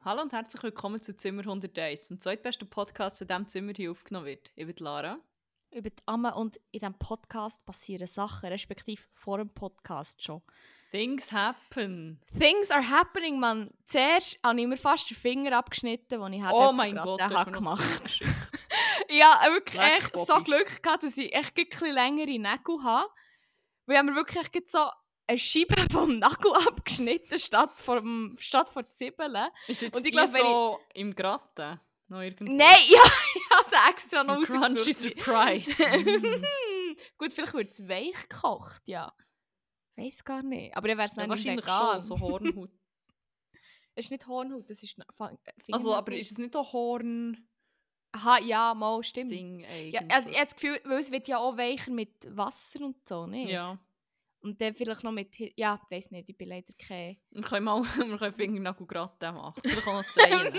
Hallo und herzlich willkommen zu Zimmer 101, dem zweitbesten Podcast, der in diesem Zimmer hier aufgenommen wird. Ich bin Lara. Über die Amme und in diesem Podcast passieren Sachen, respektive vor dem Podcast schon. Things happen. Things are happening, man. Zuerst habe ich mir fast den Finger abgeschnitten, als ich Oh mein Gott, das habe ist mir noch gemacht. geschickt. Ja, wirklich Leck, echt Bobby. so Glück gehabt, dass ich echt ein bisschen längere Nägel habe. Weil ich mir wirklich echt so eine Scheibe vom Nagel abgeschnitten, statt vor die Zwiebeln. Ist jetzt Und ich die glaube, wenn so im Gratten? Noch irgendwo? Nein, ja, ich habe es extra noch Crunchy rausgesucht. Surprise. Gut, vielleicht wird es weich gekocht, ja. Weiß gar nicht. Aber dann wäre es Ja, nicht wahrscheinlich vegan. schon, so Hornhaut. Es ist nicht Hornhaut, das ist Also, aber ist es nicht auch Horn-Ding Aha, ja, mal, stimmt. Ja, eigentlich? also ich habe das Gefühl, weil es wird ja auch weicher mit Wasser und so, nicht? Ja. Und dann vielleicht noch mit... Ja, ich weiss nicht, ich bin leider keine... Wir können Fingernagel Gratin machen. Vielleicht auch noch Zähne.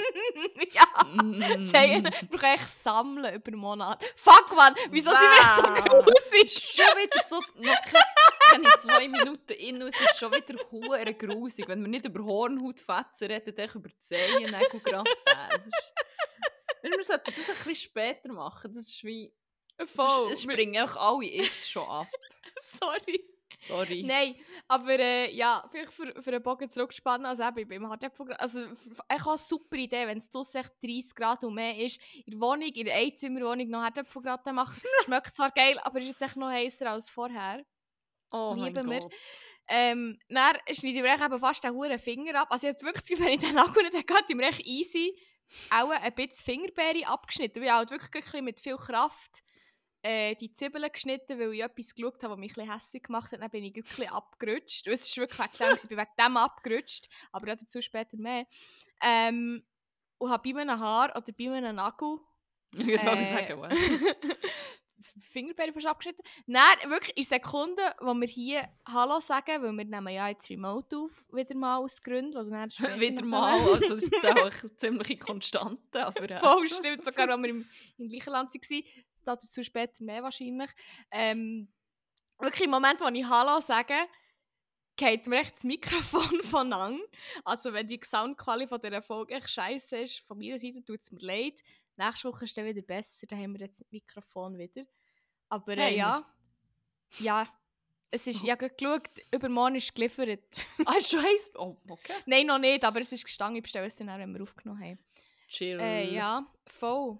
Ja, Zehen. Ich brauche echt sammeln über Monate. Fuck, man, wieso sind wir so grusig? Schon wieder so noch keine 2 Minuten in und es ist schon wieder hure grusig. Wenn wir nicht über Hornhautfetzen reden, dann über Zehennägel Gratin. Wir sollten das ein bisschen später machen. Das ist wie... Voll. Es springen auch alle jetzt schon ab. Sorry. Nein, aber ja, vielleicht für einen Bogen zurückspannen, also eben beim Hardtopfprogramm, also ich habe eine super Idee, wenn es draussen echt 30 Grad und mehr ist, in der Wohnung, in der Einzimmerwohnung noch Hardtopfprogramm machen. Schmeckt zwar geil, aber ist jetzt echt noch heißer als vorher. Oh Lieben mein wir. Gott. Dann schneide ich mir echt eben fast den huren Finger ab. Also jetzt wirklich das Gefühl, wenn ich den Nagel nicht hätte, hätte ich mir echt easy auch ein bisschen Fingerbeere abgeschnitten. Weil ich halt wirklich ein bisschen mit viel Kraft die Zwiebeln geschnitten, weil ich etwas geschaut habe, was mich ein bisschen hässlich gemacht hat. Dann bin ich ein bisschen abgerutscht. Es ist wirklich wegen dem, ich bin wegen dem abgerutscht. Aber ja, dazu später mehr. Und habe bei meinem Haar oder bei meinem Nagel Ich wollte sagen, was? die Fingerbeere fast abgeschnitten. Dann, wirklich in Sekunden, wo wir hier Hallo sagen, weil wir nehmen ja jetzt Remote auf, wieder mal aus Gründen. Also dann später Wieder noch mal, kommen. also das ist auch eine ziemliche Konstante. Aber, Voll, stimmt, sogar wenn wir im gleichen Land waren. Dazu später mehr wahrscheinlich. Wirklich im Moment, wo ich Hallo sage, geht mir echt das Mikrofon von an. Also wenn die Soundqualität von dieser Folge echt scheiße ist, von meiner Seite tut es mir leid. Nächste Woche ist es dann wieder besser, dann haben wir jetzt das Mikrofon wieder. Aber ja, es ist, ich habe geschaut, übermorgen ist geliefert. Ah, scheiße. Oh, okay. Nein, noch nicht, aber es ist gestanden, ich bestelle es dann auch, wenn wir aufgenommen haben. Chill. Ja, voll.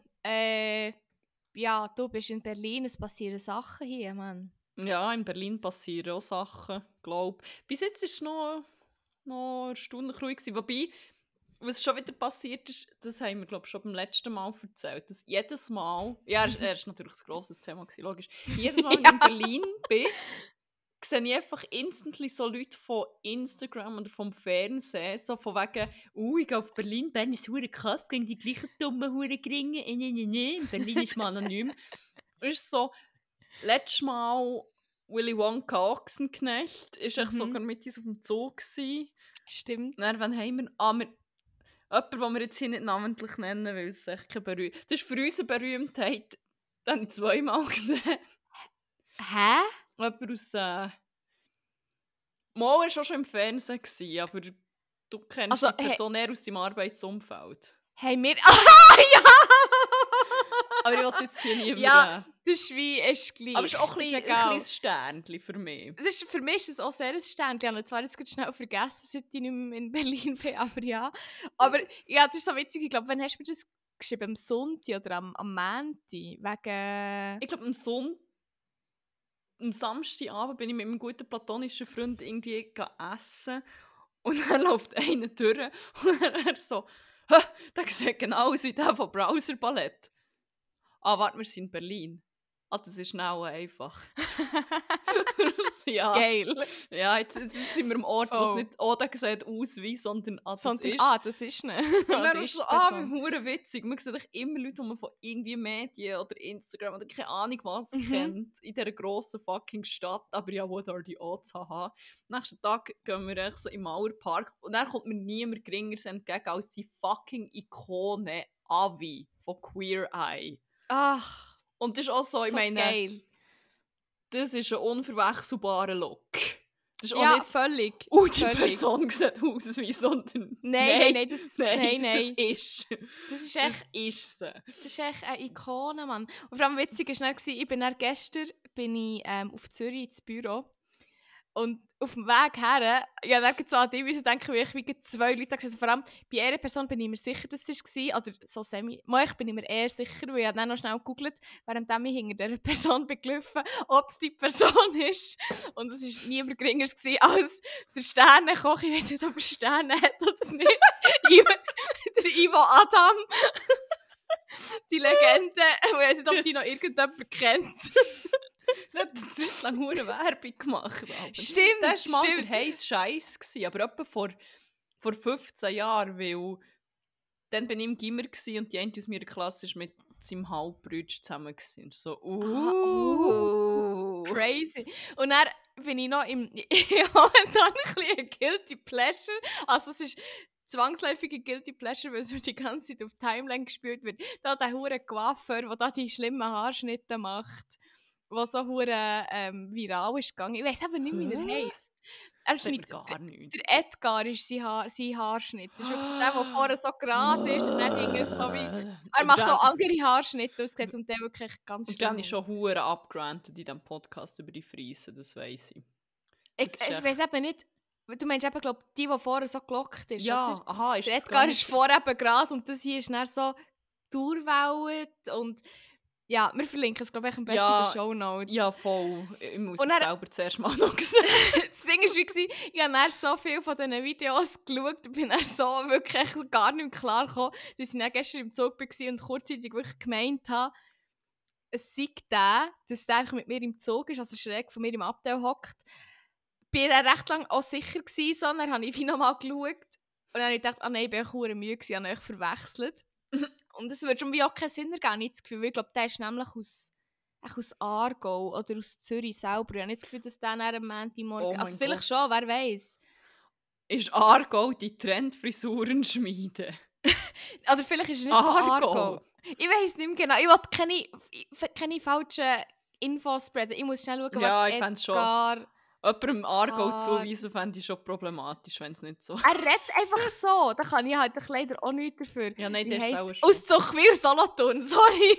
Ja, du bist in Berlin, es passieren Sachen hier, Mann. Ja, in Berlin passieren auch Sachen, glaube ich. Bis jetzt war es noch erstaunlich ruhig gewesen. Wobei, was schon wieder passiert ist, das haben wir, glaube ich, schon beim letzten Mal erzählt, dass jedes Mal, ja, er ist natürlich ein grosses Thema gewesen, logisch, jedes Mal, wenn ich in Berlin bin, sehe ich einfach instantly so Leute von Instagram oder vom Fernsehen, so von wegen, ich gehe auf Berlin, Bern ist hure Kaff gegen die gleichen dummen Hurengringe, in Berlin ist man anonym. Und es ist so, letztes Mal Willy Wonka Ochsenknecht war sogar mit uns auf dem Zug gewesen. Stimmt. Dann, wann haben wir... jemanden, den wir jetzt hier nicht namentlich nennen, weil es echt keine Berühmtheit... Das ist für uns eine Berühmtheit. Den habe ich 2-mal gesehen. Hä? Jemand aus... Mal war schon im Fernsehen, gewesen, aber du kennst Also, die Person eher aus deinem Arbeitsumfeld. Hey, wir... Ah, ja! Aber ich wollte jetzt hier niemanden... Ja, das ist wie, ist gleich. Aber es ist auch ein Ist bisschen egal. ein Sternchen für mich. Für mich ist es auch sehr ein Stern. Ich habe zwar jetzt ganz schnell vergessen, seit ich nicht mehr in Berlin bin, aber ja. Aber ja, das ist so witzig. Ich glaube, wann hast du mir das geschrieben? Am Sonntag oder am Montag? Wegen... Ich glaube, am Samstagabend bin ich mit einem guten platonischen Freund irgendwie essen und dann läuft einer durch und er so, der sieht genau aus wie der von Browser Ballett. Ah, warte, wir sind in Berlin. Ah, das ist schnell einfach. Ja. Geil. Ja, jetzt sind wir am Ort, wo es nicht «Oh, der sieht aus wie», sondern «Ah, das ist». Das ist ne. Und dann ist so, wie hure witzig. Man sieht echt immer Leute, die man von irgendwie Medien oder Instagram oder keine Ahnung was kennt, in dieser grossen fucking Stadt. Aber ja, what are the odds, haha. Nächsten Tag gehen wir echt so im Mauerpark und dann kommt mir niemand geringeres entgegen als die fucking Ikone Avi von Queer Eye. Ach, und das ist auch so, ich meine, geil. das ist ein unverwechselbarer Look. Das ist auch Ja, nicht, völlig. die völlig. Person sieht aus wie, sondern... Nein, das ist... Das ist echt, Das ist eine Ikone, Mann. Und vor allem witzig war dann, ich bin dann gestern auf Zürich ins Büro. Und auf dem Weg her, ja, dann so an dich denken, wie ich wie 2 Leute gesehen habe. Vor allem bei einer Person bin ich mir sicher, dass es war. Oder so semi. Ich bin mir eher sicher, weil ich dann noch schnell gegoogelt, während ich hinter dieser Person bin gelaufen, ob es die Person ist. Und es war niemand Geringeres als der Sternenkoch. Ich weiß nicht, ob er Sterne hat oder nicht. Der Ivo Adam. Die Legende. Ich weiß nicht, ob die noch irgendjemand kennt. Er hat eine Zeit lang eine Werbung gemacht. Aber Stimmt, das war mal der heiße Scheiß. Aber etwa vor 15 Jahren, weil dann bin ich im Gimmer und die eine aus meiner Klasse war mit seinem Halbbruder zusammen. Und so, crazy. Und dann bin ich noch im... Ja, und dann ein bisschen ein Guilty Pleasure. Also es ist zwangsläufige Guilty Pleasure, weil es mir die ganze Zeit auf Timeline gespielt wird. Da der hure Coiffeur, der da die schlimmen Haarschnitte macht, der so hure viral ist gegangen. Ich weiß aber nicht, wie er heisst. Er ist mit, gar nichts. der Edgar ist sein Haarschnitt. Das ist wirklich so der vorne so gerade ist und dann hinten so wie... Er macht auch andere Haarschnitte, das sieht zum Teil wirklich ganz schlimm. Und dann ist schon hure abgerantet in diesem Podcast über die Friesen, das weiss ich. Ich weiss eben nicht... Du meinst eben, glaube die vorne so gelockt ist, ja, oder? Aha, ist der Edgar ist vorne eben gerade und das hier ist dann so durchwellt und... Ja, wir verlinken es, glaube ich, am besten in den Shownotes. Ja, voll. Ich muss es selber zuerst mal noch sehen. Das Ding war, ich habe dann so viele von diesen Videos geschaut und bin dann so wirklich gar nicht mehr klar gekommen, dass ich dann gestern im Zug war und kurzzeitig wirklich gemeint habe, es sei der, dass der einfach mit mir im Zug ist, also schräg von mir im Abteil hockt. Ich war recht lange auch sicher gewesen, so, dann habe ich wie nochmal geschaut und dann habe ich gedacht, ich bin auch müde gewesen, habe ich verwechselt. Und es würde schon wie auch keinen Sinn ergeben, nicht das Gefühl, ich glaube, der ist nämlich aus Aargau oder aus Zürich selber. Ich habe nicht das Gefühl, dass der am Montagmorgen... also vielleicht schon, wer weiß. Ist Aargau die Trendfrisurenschmiede? Oder vielleicht ist er nicht von Aargau. Ich weiß nicht mehr genau. Ich will keine falschen Infos spreaden. Ich muss schnell schauen, was ich fände schon. Jemandem Aargau zuweisen fände ich schon problematisch, wenn es nicht so... Er redet einfach so. Da kann ich halt leider auch nichts dafür. Ja, nein, der ist auch schon. Aus Zuchwil, Solothurn, sorry.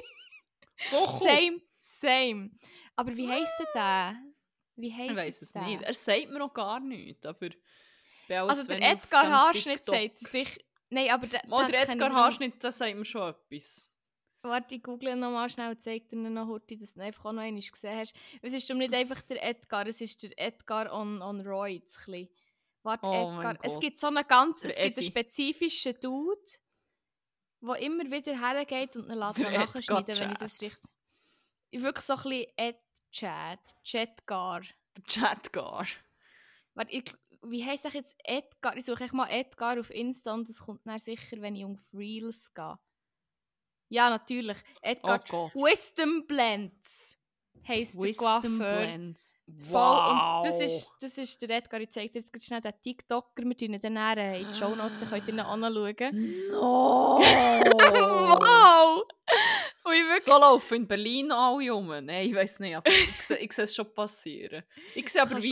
Same. Aber wie heisst der? Ich weiss es nicht. Er sagt mir auch gar nichts. Aber also der Edgar Haarschnitt sagt sich... Nein, aber der Edgar Haarschnitt, das sagt mir schon etwas. Warte, ich google nochmal schnell und zeige dir noch heute, dass du einfach auch noch einmal gesehen hast. Es ist nicht einfach der Edgar, es ist der Edgar on Roids. Warte, Edgar. Es gibt so einen einen spezifischen Dude, der immer wieder hergeht und ihn nachschneiden, wenn ich das richtig... Wirklich so ein bisschen Chatgar. Der Chatgar. Warte, wie heisst das jetzt Edgar? Ich suche mal Edgar auf Insta und das kommt dann sicher, wenn ich um Reels gehe. Ja, natürlich. Edgar Wisdom Blends heisst der Coiffeur. Wow. Und das ist der Edgar. Ich zeige dir jetzt schnell den TikToker. Wir tun ihn dann in die Shownotes, könnt ihr ihn anschauen. No! Wow! So laufen in Berlin alle rum. Nein, ich weiss nicht, aber ich sehe es schon passieren. Ich sehe aber,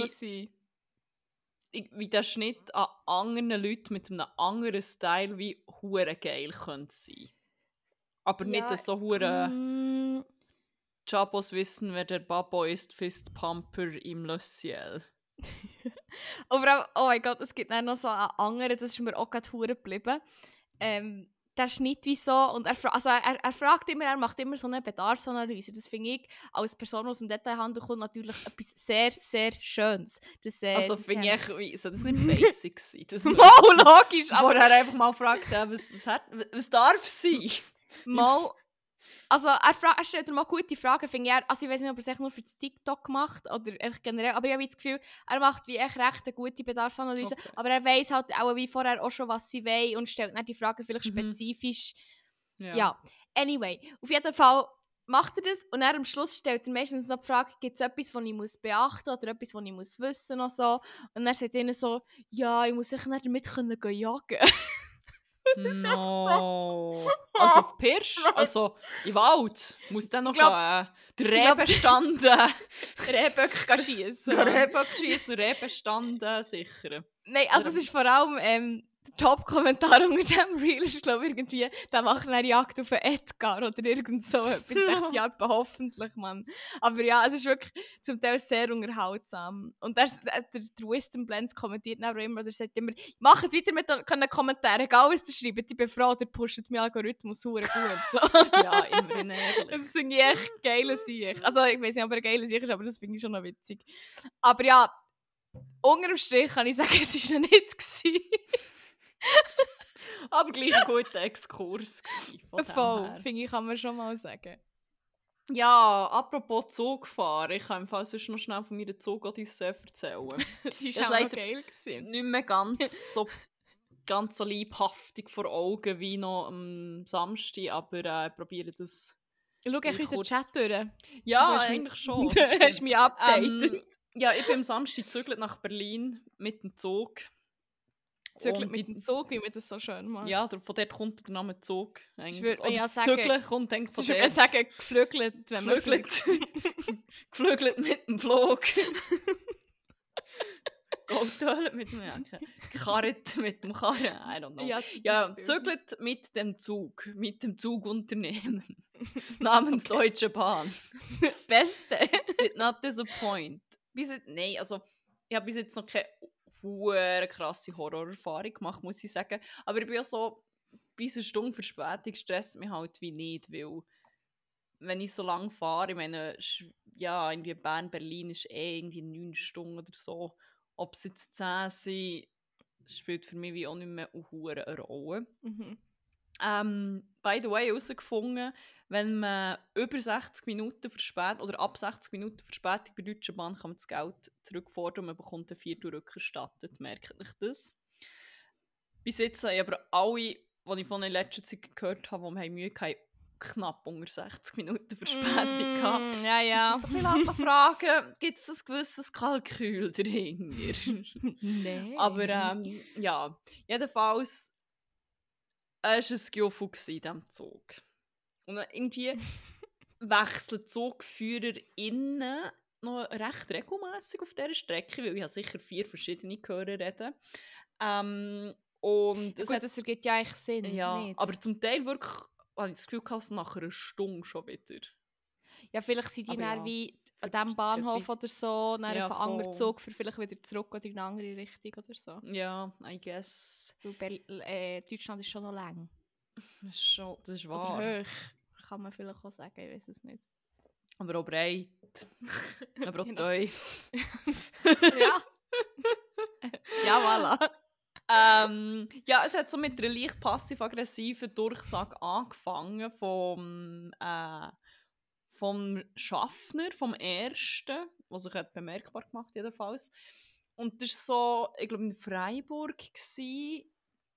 wie der Schnitt an anderen Leuten mit einem anderen Style wie hure geil könnte sein. Aber nicht so hure Chabos wissen, wer der Babo ist, Fistpumper im Le Ciel. Aber oh mein Gott, es gibt noch so einen anderen, das ist mir auch gerade hure geblieben. Der Schnitt wie so, und er fragt immer, er macht immer so eine Bedarfsanalyse. Das finde ich, als Person, die aus dem Detailhandel kommt, natürlich etwas sehr, sehr Schönes. Also finde ich, so das nicht basic sein. Mal logisch, aber er einfach mal fragt, was darf sein? Mal, also er stellt mal gute Fragen, finde ich. Also ich weiß nicht, ob er es nur für das TikTok macht oder einfach generell, aber ich habe das Gefühl, er macht wie echt recht eine gute Bedarfsanalyse, aber er weiss halt auch wie vorher auch schon, was sie wollen und stellt dann die Fragen vielleicht spezifisch. Ja. Anyway, auf jeden Fall macht er das und dann am Schluss stellt er meistens noch die Frage, gibt es etwas, was ich beachten muss oder etwas, was ich wissen muss. Und dann sagt er so, ja, ich muss sicher nicht damit jagen können. No. Also auf Pirsch, also im Wald, muss dann noch Glaub- den Rebenstand Rehböcke schiessen. Rehböck schiessen, Rebenstand sichern. Nein, also es ist vor allem der Top-Kommentar unter dem Reel ist, glaube ich, irgendwie, der macht eine Jagd auf einen Edgar oder irgend so etwas. Ich dachte, ja, hoffentlich, Mann. Aber ja, es ist wirklich zum Teil sehr unterhaltsam. Und der Wisdom Blends kommentiert auch immer, oder sagt immer, macht weiter mit den Kommentaren, egal was ihr schreibt, ich bin froh, der pusht meinen Algorithmus super gut. So. Ja, immerhin ehrlich. Das finde ich echt geile Sicht. Also ich weiß nicht, ob er eine geile Sicht ist, aber das finde ich schon noch witzig. Aber ja, unter dem Strich kann ich sagen, es war noch nicht gewesen. Aber gleich ein guter Exkurs gewesen, von dem Voll, her. finde ich, kann man schon mal sagen. Ja, apropos Zugfahren, ich kann im Fall sonst noch schnell von meiner Zug-Odyssee erzählen. Die Das war auch noch leider geil gewesen. Nicht mehr ganz so leibhaftig vor Augen wie noch am Samstag, aber probiere das. Schau echt unseren kurz- Chat durch. Ja, Du hast eigentlich schon. Du hast mich updated. Ja, ich bin am Samstag gezügelt nach Berlin mit dem Zug. Zügelt Und mit dem Zug, wie man das so schön macht. Ja, von dort kommt der Name Zug. Das würde man Oder ja das sagen. Zügeln kommt eigentlich von Das würde man dort. sagen, geflügelt, wenn man Geflügelt. fliegt. Geflügelt mit dem Flug. Goldöl mit dem Jacken. Karret mit dem Karren. I don't know. Ja, Ja, zügelt mit dem Zugunternehmen. Namens Deutsche Bahn. Beste. Did not disappoint. Nein, also ich habe bis jetzt noch keine krasse Horrorerfahrung gemacht, muss ich sagen. Aber ich bin ja so, bis eine Stunde Verspätung stresst mich halt wie nicht, weil wenn ich so lange fahre, ich meine, ja, irgendwie Bern-Berlin ist irgendwie 9 Stunden oder so. Ob es jetzt 10 sind, spielt für mich wie auch nicht mehr eine Rolle. Mhm. By the way, herausgefunden, wenn man über 60 Minuten Verspätung oder ab 60 Minuten Verspätung bei der Deutschen Bahn kann man das Geld zurückfordern und man bekommt ein Viertel rückerstattet. Merkt euch das? Bis jetzt haben aber alle, die ich von in letzter Zeit gehört habe, die Mühe hatten, knapp unter 60 Minuten Verspätung gehabt. Ja, ja. Ich muss mich so ein bisschen fragen, gibt es ein gewisses Kalkül dahinter? Nein. Aber ja, jedenfalls war es ein Gefühl in diesem Zug. Und irgendwie wechseln ZugführerInnen noch recht regelmässig auf dieser Strecke, weil ich habe sicher 4 verschiedene gehört reden. Und Ja, gut, das ergibt ja eigentlich Sinn. ja, nicht? aber zum Teil wirklich, habe ich das Gefühl, dass nach einer Stunde schon wieder. Ja, vielleicht sind die Aber dann ja, wie an das diesem ist Bahnhof etwas- oder so, dann Ja, auf einen anderen voll. Zug für vielleicht wieder zurück oder in eine andere Richtung oder so. Ja, I guess. Weil Deutschland ist schon noch lang. Das ist Oder wahr. hoch, kann man vielleicht auch sagen, ich weiß es nicht. Aber auch breit. Aber auch Genau. tief. Ja. Ja, voilà. Ja, es hat so mit einer leicht passiv-aggressiven Durchsage angefangen vom Schaffner, vom Ersten, der sich hat bemerkbar gemacht jedenfalls. Und das war so, ich glaube in Freiburg gsi.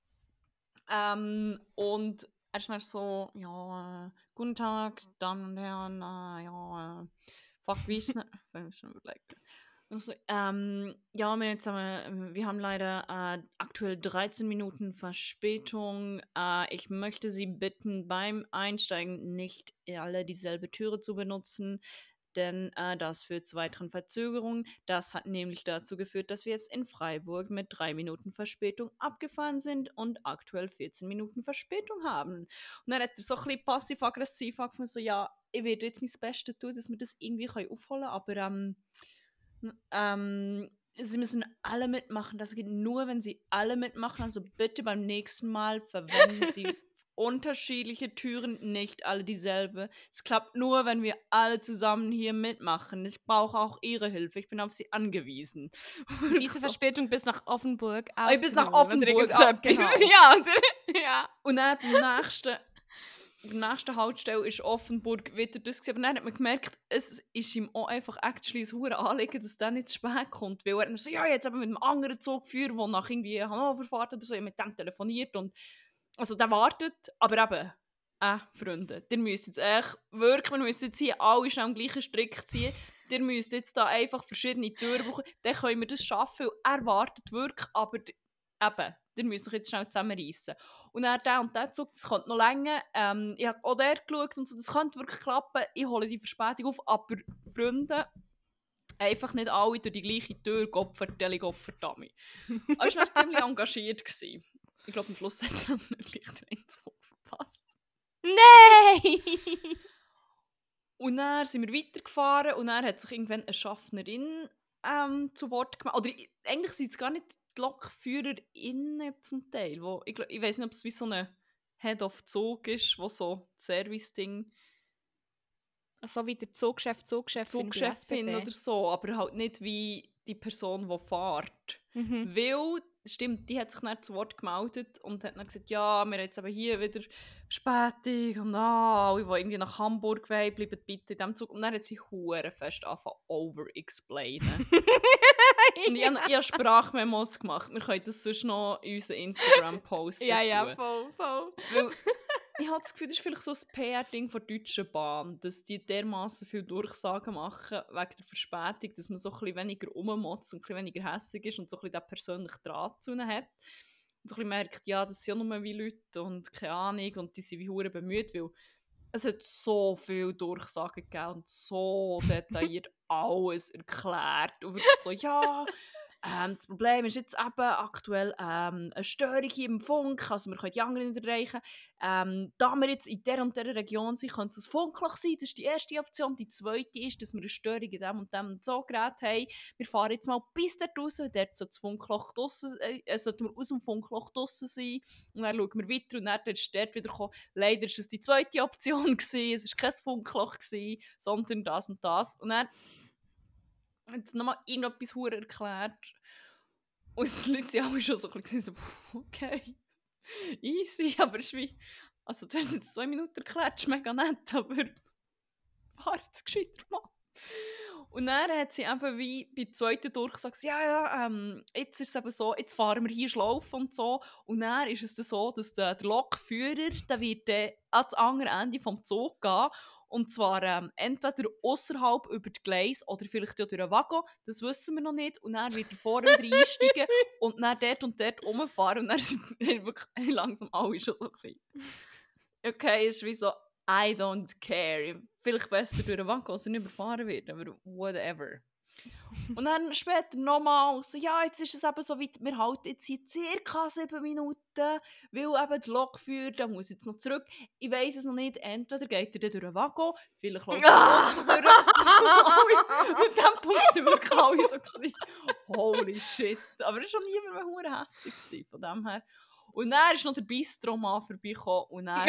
Und er ist dann so, ja, guten Tag, Damen und Herren, ja, fuck, wie ist es nicht? Wenn ich schon überlegen. Und so, ja, wir haben leider aktuell 13 Minuten Verspätung. Ich möchte Sie bitten, beim Einsteigen nicht alle dieselbe Türe zu benutzen, denn das führt zu weiteren Verzögerungen. Das hat nämlich dazu geführt, dass wir jetzt in Freiburg mit 3 Minuten Verspätung abgefahren sind und aktuell 14 Minuten Verspätung haben. Und dann hat er so ein bisschen passiv-aggressiv angefangen, so, ja, ich werde jetzt mein Bestes tun, dass wir das irgendwie aufholen können, aber sie müssen alle mitmachen. Das geht nur, wenn sie alle mitmachen. Also bitte beim nächsten Mal verwenden Sie unterschiedliche Türen, nicht alle dieselbe. Es klappt nur, wenn wir alle zusammen hier mitmachen. Ich brauche auch Ihre Hilfe. Ich bin auf Sie angewiesen. Diese Verspätung bis nach Offenburg bis nach aufzunehmen, oder Offenburg, irgend so etwas. genau. Ja, oder? Ja. Und dann die nächste Haltestelle ist Offenburg wieder das gewesen. Aber dann hat man gemerkt, es ist ihm auch einfach actually ein hohes Anliegen, dass der nicht zu spät kommt. Weil er dann so, ja, jetzt eben mit einem anderen Zugführer, der nach irgendwie Hannover fährt oder so, mit dem telefoniert und also der wartet, aber eben, Freunde, ihr müsst jetzt echt wirklich, wir müssen jetzt hier alle schnell am gleichen Strick ziehen. Ihr müsst jetzt da einfach verschiedene Türen brauchen, dann können wir das schaffen, weil er wartet wirklich, aber eben, ihr müsst euch jetzt schnell zusammenreissen. Und dann der und der Zug, das könnte noch länger. Ich habe auch der geschaut und so, das könnte wirklich klappen. Ich hole die Verspätung auf, aber Freunde, einfach nicht alle durch die gleiche Tür, Gopferteli, Gopfertami. Aber ich war ziemlich engagiert. Gewesen. Ich glaube, am Schluss hat er nicht gleich den Zug verpasst. Nein! Und dann sind wir weitergefahren und dann hat sich irgendwann eine Schaffnerin zu Wort gemeldet. Oder eigentlich sind es gar nicht die LokführerInnen zum Teil. Ich weiß nicht, ob es wie so eine Head of Zug ist, wo so das Service-Ding So wie der Zugchefin oder so, aber halt nicht wie die Person, die fährt. Mhm. Weil, stimmt, die hat sich dann zu Wort gemeldet und hat dann gesagt, ja, wir haben jetzt eben hier wieder Verspätung und alle, die irgendwie nach Hamburg wollen, bleiben bitte in diesem Zug. Und dann hat sie verdammt fest angefangen over-explainen. Und ich habe Sprachmemos gemacht. Wir können das sonst noch in unseren Instagram-Post Ja, tun. voll. Weil ich habe das Gefühl, das ist vielleicht so ein PR-Ding der Deutschen Bahn, dass die dermassen viel Durchsagen machen wegen der Verspätung, dass man so ein bisschen weniger rummotzt und ein bisschen weniger hässig ist und so ein bisschen den persönlichen Draht zu ihnen hat. Und so ein bisschen merkt, ja, das sind ja nur wie Leute und keine Ahnung und die sind wie hure bemüht, weil es hat so viele Durchsagen gegeben und so detailliert alles erklärt. Und wirklich so, ja, das Problem ist jetzt eben aktuell eine Störung hier im Funk, also wir können die anderen nicht erreichen. Da wir jetzt in der und der Region sind, könnte es ein Funkloch sein, das ist die erste Option. Die zweite ist, dass wir eine Störung in dem und dem Zuggerät haben. Wir fahren jetzt mal bis dort raus, dort soll das Funkloch draussen, sollten wir aus dem Funkloch draussen sein. Und dann schauen wir weiter und dann ist dort wieder gekommen. Leider war es die zweite Option gewesen. Es war kein Funkloch gewesen, sondern das und das. Und dann hat es nochmal irgendetwas hure erklärt. Und die Leute waren alle schon so ein bisschen so, okay, easy, aber es ist wie, also du hast es jetzt 2 Minuten erklärt, das ist mega nett, aber fahr jetzt gescheiter mal. Und dann hat sie eben wie bei der zweiten Durchsage gesagt, ja, jetzt ist es eben so, jetzt fahren wir hier Schlaufen und so. Und dann ist es dann so, dass der Lokführer, der wird dann an das andere Ende vom Zug gehen. Und zwar entweder außerhalb über die Gleise oder vielleicht auch durch einen Waggon, das wissen wir noch nicht. Und dann wird er vorne wieder einsteigen und dann dort und dort rumfahren. Und dann sind wirklich langsam alle schon so ein bisschen. Okay, es ist wie so, I don't care. Vielleicht besser durch einen Waggon, dass er nicht überfahren wird, aber whatever. Und dann später nochmal so, ja, jetzt ist es eben so weit, wir halten jetzt hier ca. 7 Minuten, weil eben der Lokführer, der muss jetzt noch zurück. Ich weiss es noch nicht, entweder geht er dann durch einen Waggon, vielleicht läuft er draussen durch. Mit diesem Punkt sind wirklich alle so gewesen. Holy shit. Aber es war schon niemand mehr verdammt hässlich gewesen, von dem her. Und dann ist noch der Bistro-Mann vorbeigekommen und dann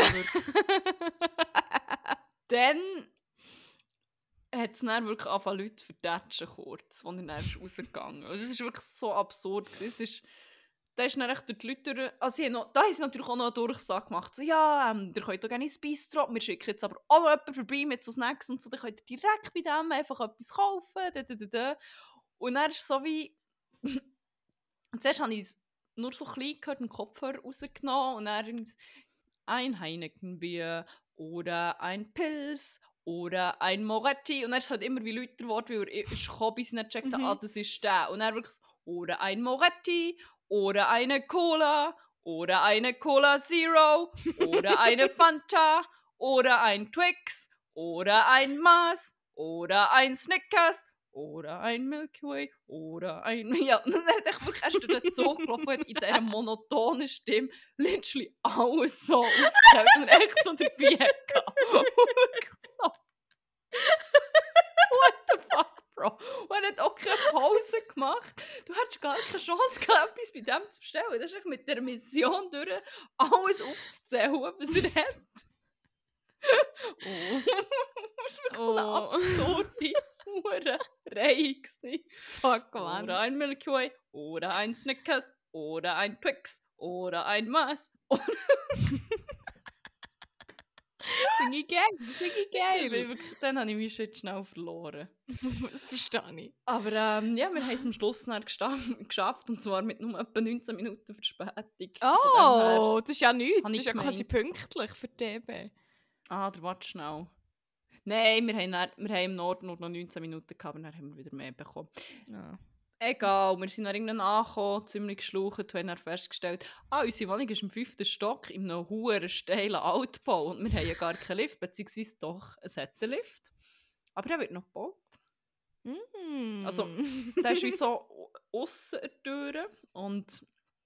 dann hat es dann wirklich angefangen, Leute zu vertatschen kurz, als er dann ist rausgegangen ist. Das ist wirklich so absurd. Da ist dann echt durch die Leute durch, also da haben sie natürlich auch noch eine Durchsage gemacht. So, ja, ihr könnt auch gerne ins Bistro, wir schicken jetzt aber auch noch jemanden vorbei mit so Snacks und so, dann könnt ihr direkt bei dem einfach etwas kaufen. Und dann ist es so wie... Zuerst habe ich es nur so klein gehört, den Kopfhörer rausgenommen und dann ein Heineken-Bier oder ein Pils oder ein Moretti. Und dann ist es halt immer wie lauter geworden, weil er ist gekommen, bis ich nicht gecheckt habe, das ist der. Und dann wirklich so, oder ein Moretti oder eine Cola oder eine Cola Zero oder eine Fanta oder ein Twix oder ein Mars oder ein Snickers oder ein Milky Way oder ein... Ja, und dann hat er wirklich erst durch den Zug gelaufen und hat in dieser monotonen Stimme literally alles so aufgezählt und echt so dabei gehabt. Wirklich so. What the fuck, Bro? Und er hat auch keine Pause gemacht. Du hättest gar keine Chance gehabt, etwas bei dem zu bestellen. Das ist echt mit der Mission durch, alles aufzuzählen, was er hat. Oh. Das war wirklich so eine absurde Reihe. Fuck, Mann. Oder ein Milky Way, oder ein Snickers, oder ein Twix, oder ein Mars. Finde ich geil. Dann habe ich mich schon schnell verloren. Das verstehe ich. Aber ja, wir haben es am Schluss dann geschafft, und zwar mit nur etwa 19 Minuten Verspätung. Oh, das ist ja nichts. habe Das ich ist ja quasi gemeint. pünktlich für DB. Der warte schnell. Nein, wir haben im Norden nur noch 19 Minuten gehabt, aber dann haben wir wieder mehr bekommen. Ja. Egal, wir sind dann irgendwann angekommen, ziemlich geschlaucht und haben dann festgestellt, unsere Wohnung ist im 5. Stock in einem hohen steilen Altbau und wir haben ja gar keinen Lift, beziehungsweise doch, es hat einen Lift. Aber er wird noch gebaut. Also, der ist wie so aussen an der Tür und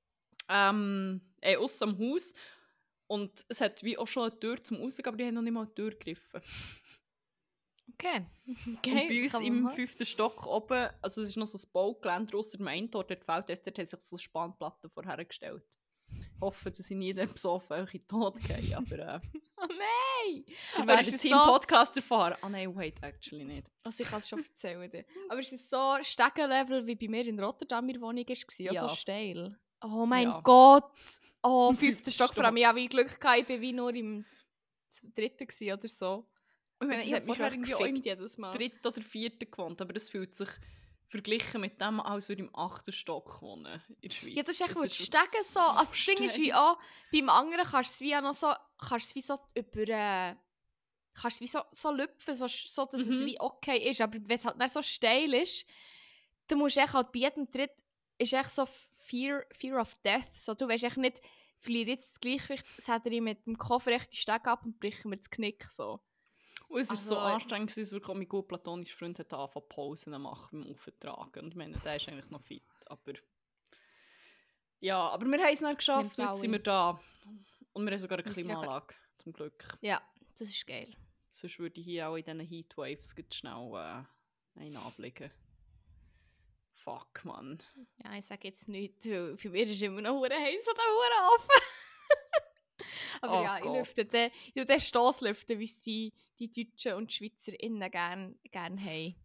aussen am Haus. Und es hat wie auch schon eine Tür zum Rausgehen, aber die haben noch nicht mal eine Tür gegriffen. Okay. Und bei uns im 5. Stock oben, also es ist noch so ein Baugelände ausser dem einen Tor, dort fehlt es, dort haben sich so Spannplatten vorhergestellt. Ich hoffe, dass ich nie dann besoffen euch in den Tod gehe, aber Oh nein! ihr werdet es im Podcast erfahren. Nein, wait, actually nicht. Also ich kann es schon erzählen. Dann. Aber es ist so Steckenlevel, wie bei mir in Rotterdam in der Wohnung war, Ja. so steil. Oh mein Ja. Gott! Oh, Im 5. 5. Stock. Vor allem, ich hatte wie Glück gehabt, ich war wie nur im 3. gewesen oder so. Ich meine, Das ich hat habe mich vorher schon irgendwie auch gefickt im jedes Mal. 3. oder 4. gewohnt, aber das fühlt sich verglichen mit dem, als würde ich im 8. Stock wohnen in der Schweiz. Ja, das ist echt, weil die wirklich Stege so... Also das Ding ist wie steil. auch, beim anderen kannst du es wie auch noch so... Kannst du es wie so über... Kannst du es wie so lüpfen, so dass es wie okay ist. Aber wenn es halt nicht so steil ist, dann musst du echt halt bei jedem Tritt... Ist echt so Fear of Death. So, du weißt echt nicht... Verliere jetzt das Gleichgewicht, setze ich mit dem Koffer echt die Stege ab und breche mir das Knick so. Und es war so Also- anstrengend, dass wirklich auch mein gut platonischer Freund hat angefangen Pausen zu machen beim Auftragen. Und ich meine, der ist eigentlich noch fit. Aber ja, aber wir haben es nicht geschafft, nimmt jetzt sind alle. wir da. Und wir haben sogar eine Wir sind Klimaanlage, zum Glück. Ja, das ist geil. Sonst würde ich hier auch in diesen Heatwaves schnell einen ablegen. Fuck, Mann. Ja, ich sage jetzt nichts, weil für mich ist immer noch hure heiß oder hure offen. Aber Oh ja, Gott. ich tue den Stoßlüften, wie es die Deutschen und SchweizerInnen gerne haben.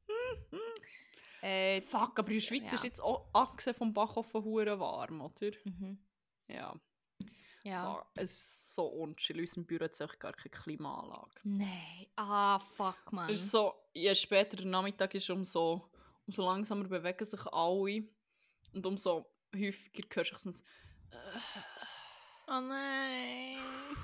Fuck, aber in der Schweiz ja. ist jetzt auch, abgesehen vom Backofen, hure warm, oder? Mhm. Ja. Ja. Fuck, es ist so unchill. In unserem Büro hat es gar keine Klimaanlage. Nein. Fuck, man. Es ist so, je später der Nachmittag ist, umso langsamer bewegen sich alle. Und umso häufiger hörst du so ein Oh nein.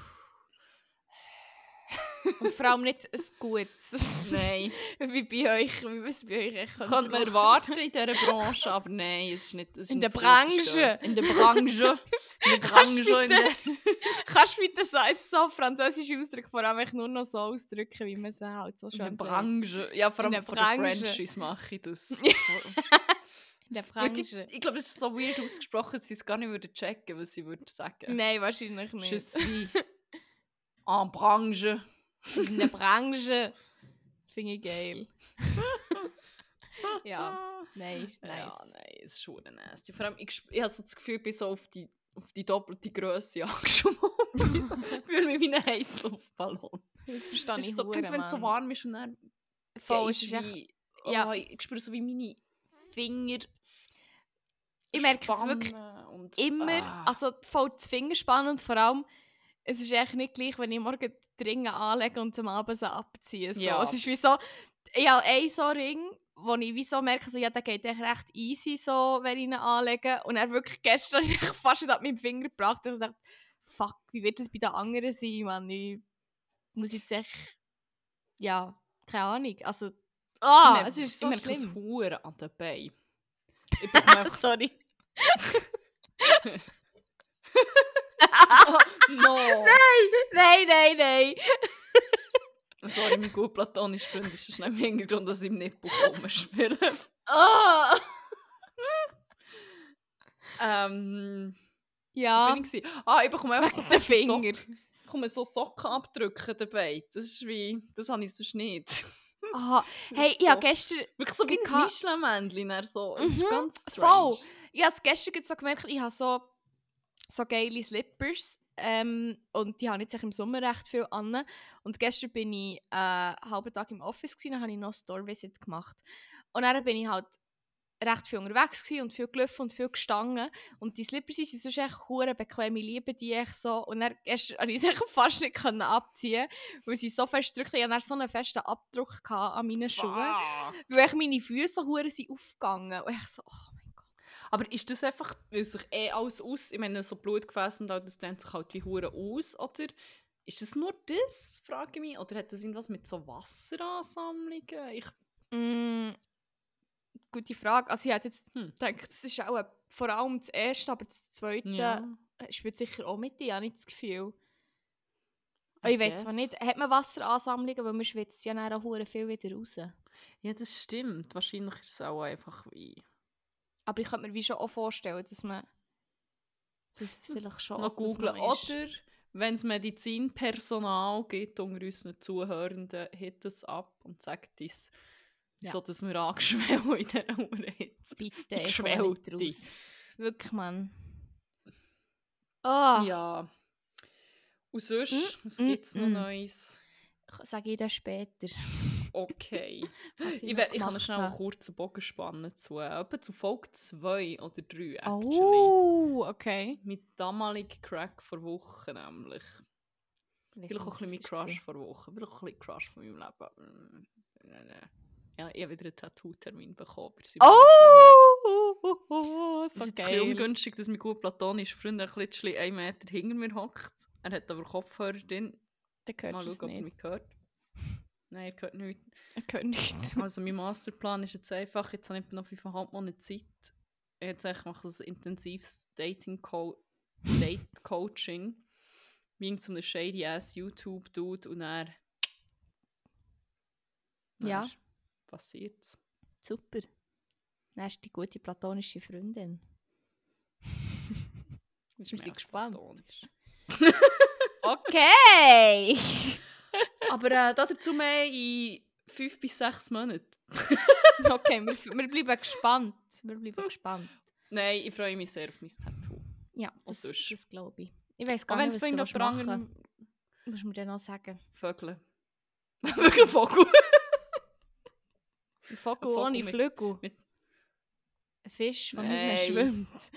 Und vor allem nicht ein gutes. Nein. wie bei euch, wie es bei euch echt Das könnte man erwarten in dieser Branche, aber nein, es ist nicht. Es ist In nicht der das Gute. Branche. In der Branche. In der Kannst du Branche. In der Kannst du bitte so jetzt so französische Ausdrücke vor allem nur noch so ausdrücken, wie man sie halt so in der schön sagt? Branche. Ja, vor In allem der von der Branche. Frenchies mache ich das. In der Weil Branche. ich glaube, es ist so weird ausgesprochen, dass sie es gar nicht würden checken, was sie würden sagen. Nein, wahrscheinlich nicht. Je suis en Branche. In der Branche. Finde ich geil. Ja, nice. Ja, nein, es ist schon nasty. Vor allem, ich habe so das Gefühl, ich bin so auf die doppelte Grösse angeschoben. Ich fühle mich wie ein Heißluftballon. Das verstehe Es ich ist so, wenn es so warm ist und dann Voll, ist es ist echt- wie, ja. ich spüre so wie meine Finger Ich merke es spannen wirklich und, immer, also voll das Fingerspannen und vor allem, es ist eigentlich nicht gleich, wenn ich morgen die Ringe anlege und am Abend sie abziehe. So. Ja. Es ist wie so, ich habe einen so Ring, wo ich wie so merke, so, ja, der geht echt recht easy, so, wenn ich ihn anlege. Und er wirklich gestern habe ich fast nicht an meinen Finger gebracht und ich dachte, fuck, wie wird das bei den anderen sein, Mann? Ich muss jetzt echt, ja, keine Ahnung, also, es ist so ich merke es schlimm. Huren an den Beinen. Ich brauche einfach Sorry. No! Nein. Sorry, mein gut platonischer Freund ist schnell im Hintergrund, dass ich im Nippel rumspiele. Oh! Ja, Wo bin ich gewesen? Ich bekomme einfach so den Finger. Ich bekomme so Socken abdrücken dabei. Das ist wie, das habe ich sonst nicht. Aha. Hey, So. ich habe gestern... Wirklich so wie Ich ein kann- Michelin-Männchen. So. Das ist Mhm, ganz voll. strange. Ich habe es gestern so gemerkt, ich habe so geile Slippers und die habe ich jetzt im Sommer recht viel an. Und gestern bin ich einen halben Tag im Office gewesen, dann habe ich noch einen Store-Visit gemacht. Und dann bin ich halt recht viel unterwegs gewesen und viel gelaufen und viel gestanden. Und die Slippers sind sonst echt hure bequem, ich liebe die echt so. Und dann gestern konnte ich sie echt fast nicht abziehen, weil sie so fest drückten. Ich hatte dann so einen festen Abdruck an meinen Schuhen, Fuck. weil echt meine Füße so hure sind aufgegangen. Und ich so, oh mein Gott. Aber ist das einfach, weil sich alles aus... Ich meine, so Blutgefäße und all das dehnt sich halt wie Huren aus, oder... Ist das nur das, frage ich mich? Oder hat das irgendwas mit so Wasseransammlungen? gute Frage. Also ich hätte jetzt Hm. gedacht, das ist auch vor allem das Erste, aber das Zweite Ja, spielt sicher auch mit, ich habe nicht das Gefühl. I Ich weiss zwar guess. nicht, hat man Wasseransammlungen, weil man schwitzt ja dann auch verdammt viel wieder raus. Ja, das stimmt. Wahrscheinlich ist es auch einfach wie... Aber ich könnte mir wie schon auch vorstellen, dass es vielleicht schon Noch das googlen. noch ist. Oder, wenn es Medizinpersonal gibt unter unseren Zuhörenden, hit es ab und sagt uns, wieso dass wir angeschwellen in dieser Uhr-Hitze. Bitte, ich Geschwellte. komme nicht raus. Wirklich, Mann. Oh, Ja. Und sonst, was gibt es noch Neues? sage ich das später. Okay. was Ich noch kann noch gemacht schnell einen habe. kurzen Bogen spannen etwa zu Folge 2 oder 3, actually. Oh, okay. Mit damaligen Crack vor Wochen nämlich. Vielleicht auch ein bisschen mein Crush vor Wochen. Vielleicht auch ein bisschen Crush von meinem Leben. Ja, ich habe wieder einen Tattoo-Termin bekommen. Oh, Es so ist jetzt ein bisschen geil. ungünstig, dass mein gut platonischer Freund ein bisschen 1 Meter hinter mir hockt. Er hat aber Kopfhörer drin. Der hört Mal es schauen, ob er nicht. mich hört. Nein, er hört nichts. Er hört nicht. Also mein Masterplan ist jetzt einfach, jetzt habe ich noch 5,5 Monate Zeit. Jetzt mache ich ein intensives Date-Coaching. Wie zu einem shady-ass YouTube-Dude und dann Ja. passiert's. Super. Dann ist die gute platonische Freundin. Ist Wir mehr sind als gespannt. platonisch. Okay! Aber dazu mehr in 5 bis 6 Monaten. Okay, wir bleiben gespannt. Nein, ich freue mich sehr auf mein Tattoo. Ja, Und sonst. das glaube ich. Ich weiss Auch gar wenn nicht, es was du vielleicht machen noch willst. Musst du mir dann noch sagen. Vögel. Wirklich Vogel. Ein Vogel Vogel ohne mit- Flügel. mit- Ein Fisch, der nicht mehr Nein. schwimmt.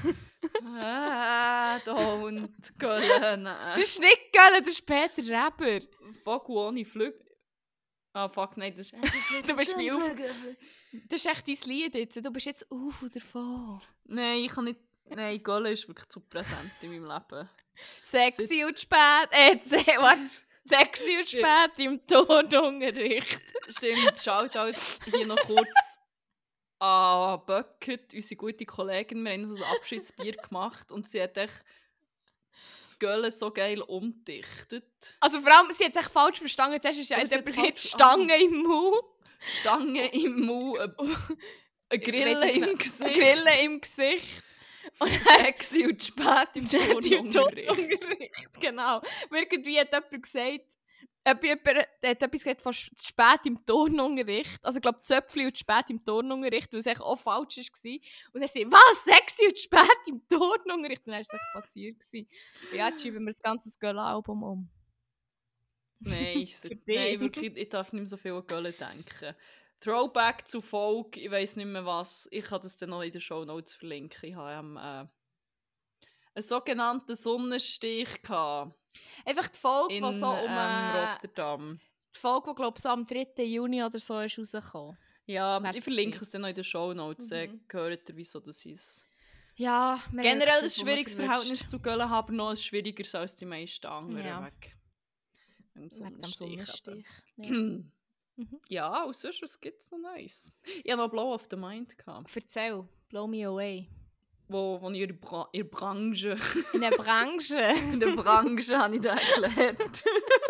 Don't göllen. Das ist nicht Gölle, das ist Peter Reber. Vogel ohne Flügel. Ah, fuck, nein, das ist... Du bist mir auf. Das ist echt dein Lied jetzt. Du bist jetzt auf davon. Nein, ich kann nicht... Nein, Göllen ist wirklich zu präsent in meinem Leben. Sexy und spät. Sexy und Stimmt. spät im Turnunterricht. Stimmt, Shoutout hier noch kurz an Bucket, unsere gute Kollegin. Wir haben so ein Abschiedsbier gemacht und sie hat echt Göllen so geil umdichtet. Also vor allem, sie hat es echt falsch verstanden. Zuerst ist ja Aber sie jemand hat's mit falsch- Stange im Mund. Stange im Mund, eine Ich Grille weiss nicht, im eine Gesicht. Grille im Gesicht. Und Sexy und spät im im Turnunterricht. Turnunterricht. Genau. Irgendwie hat jemand gesagt, jemand hat etwas gesagt von spät im Turnunterricht. Also ich glaube, Zöpfli und spät im Turnunterricht, weil es echt auch falsch war. Und er sagt, was? Sexy und spät im Turnunterricht? Und dann war es echt passiert. Ja, jetzt schreiben wir das ganze Girl-Album um. Nein, Für dich. nein, wirklich, ich darf nicht mehr so viel an Göllen denken. Throwback zu Folge, ich weiss nicht mehr was. Ich kann das dann noch in den Shownotes verlinken. Ich habe einen sogenannten Sonnenstich gehabt Einfach die Folge, in die so Rotterdam. die Folge, die glaube ich so am 3. Juni oder so ist rausgekommen. Ja, Wär's ich verlinke gewesen. es dann noch in den Shownotes. Dann Mhm. hört ihr, wieso das ist. Ja, wir Generell haben ein etwas, wo schwieriges wir Verhältnis zu Göllen, aber noch ein schwierigeres als die meisten anderen. Ja. Wegen dem Wegen dem Sonnenstich. Sonnenstich. Ja. Ja, und sonst, was gibt es noch Neues? Ich hatte noch Blow of the Mind gehabt, Erzähl, blow me away. wo ich in der Branche, In der Branche. in der Branche habe ich das gelernt.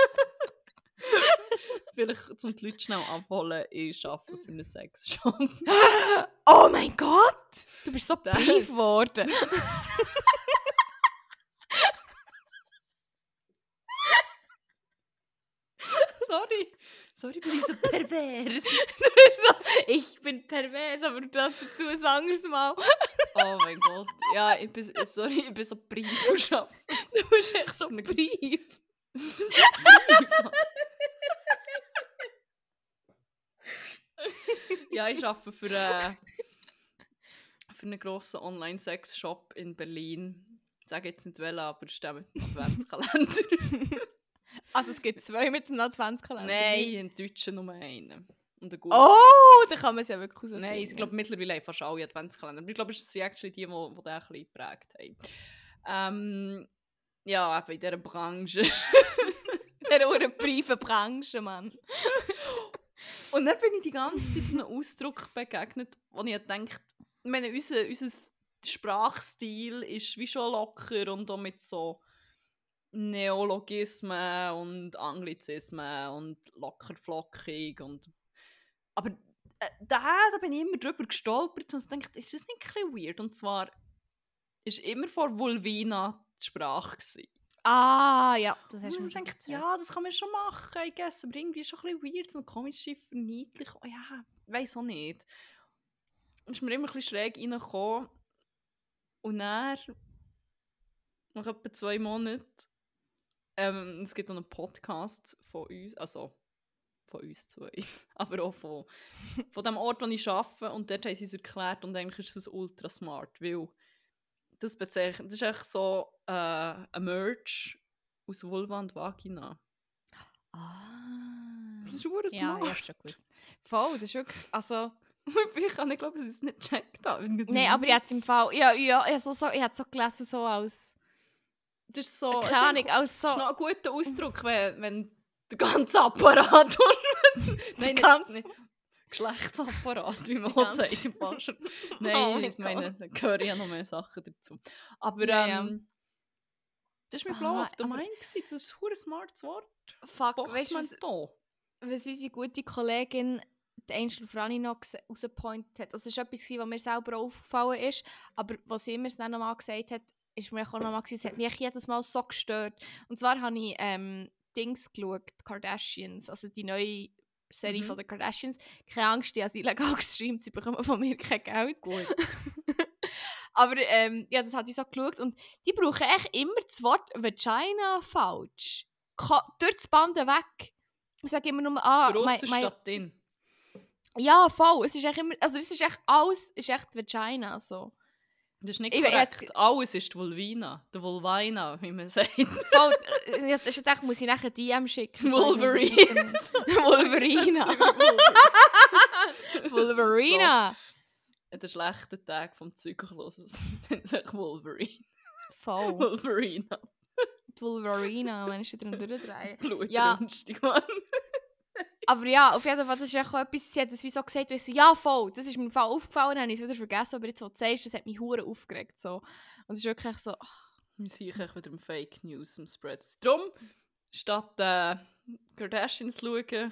Vielleicht zum die Leute schnell abholen, ich arbeite für einen Sexshop. Oh mein Gott! Du bist so Der- brief geworden. Sorry, bin ich so pervers. Du bist so, ich bin pervers, aber du darfst dazu ein anderes Mal. Oh mein Gott. Ja, ich bin so brief arbeiten. Du bist echt so Eine- brief. Ja, ich arbeite für einen grossen Online-Sex-Shop in Berlin. Ich sage jetzt nicht welchen, aber es steht mit dem Adventskalender. Also es gibt 2 mit dem Adventskalender. Nein, in Deutschen nur einen. Und ein Oh, da kann man es ja wirklich rausfinden. Nein, ich glaube mittlerweile haben fast alle Adventskalender. Aber ich glaube, es sind actually die den ein bisschen geprägt haben. Ja, eben in dieser Branche. der briefe Branche, Mann. Und dann bin ich die ganze Zeit einem Ausdruck begegnet, wo ich gedacht, ich meine, unser Sprachstil ist wie schon locker und auch mit so Neologismen und Anglizismen und locker flockig und aber da bin ich immer drüber gestolpert und gedacht, ist das nicht ein bisschen weird? Und zwar ist immer vor Vulvina die Sprache gewesen. Ah, ja, das Und hast du mir ich schon dachte, erzählt. ja, das kann man schon machen, I guess, aber irgendwie ist es schon ein bisschen weird, so eine komische Verniedlichung. Oh ja, weiss auch nicht. Und ist mir immer ein bisschen schräg reingekommen. Und dann, nach etwa 2 Monaten, es gibt noch einen Podcast von uns, also von uns zwei, aber auch von dem Ort, wo ich arbeite. Und dort haben sie es erklärt und eigentlich ist es ultra smart, weil das ist echt so ein Merge aus Vulva und Vagina. Ah. Das ist super Ja, smart. ja, ist schon gewusst. Voll, das ist wirklich, also... Ich kann nicht glauben, dass ich es nicht gecheckt habe. Nein, aber ich hätte es im Fall... Ja, ich hätte es so gelesen, so als... Das ist so... Keine Ahnung, als Das so... ist noch ein guter Ausdruck, wenn der ganze Apparat... Der ganze- nicht. Geschlechtsapparat, wie man Der auch ganze- sagt im Falschen. Oh Nein, mein ich meine, da gehören ja noch mehr Sachen dazu. Aber Ja, ja. das war mir blau auf der aber- Mind. Das ist ein super smartes Wort. Fuck, Bocht weißt du, man da? was unsere gute Kollegin, die Angel Franny, noch rausgepointet hat. Das ist etwas, was mir selber auch aufgefallen ist, aber was sie mir dann nochmal gesagt hat, ist mir auch nochmal gesagt, es hat mich jedes Mal so gestört. Und zwar habe ich Dings geschaut, die Kardashians, also die neue Serie von den Kardashians. Keine Angst, die habe illegal gestreamt, sie bekommen von mir kein Geld. Gut. Aber ja, das hatte ich so geschaut und die brauchen echt immer das Wort Vagina falsch. Durch das Band weg. Ich sage immer nur, Für uns statt in. ja, voll. Es ist echt immer, also es ist echt alles, ist echt Vagina, so. Das ist nicht Ich- korrekt. jetzt- Alles ist die Vulvina. Der Vulvina, wie man sagt. Voll, ich dachte, muss ich nachher eine DM schicken. Wolverine. Wolverina. Wolverina. Der schlechte Tag vom Zyklus nennt sich Wolverine. Voll. Wolverina. Die Wolverina, wenn ich drin durchdrehe. Blutrünstig, Mann. Aber ja, auf jeden Fall, das ist auch etwas, sie hat das wie so gesagt, weißt du, ja voll, das ist mir im Fall aufgefallen, dann habe ich es wieder vergessen, aber jetzt, was du sagst, das hat mich hure aufgeregt, so. Und es ist wirklich so, Wir sind wieder im Fake News im Spread. Darum, statt Kardashians zu schauen,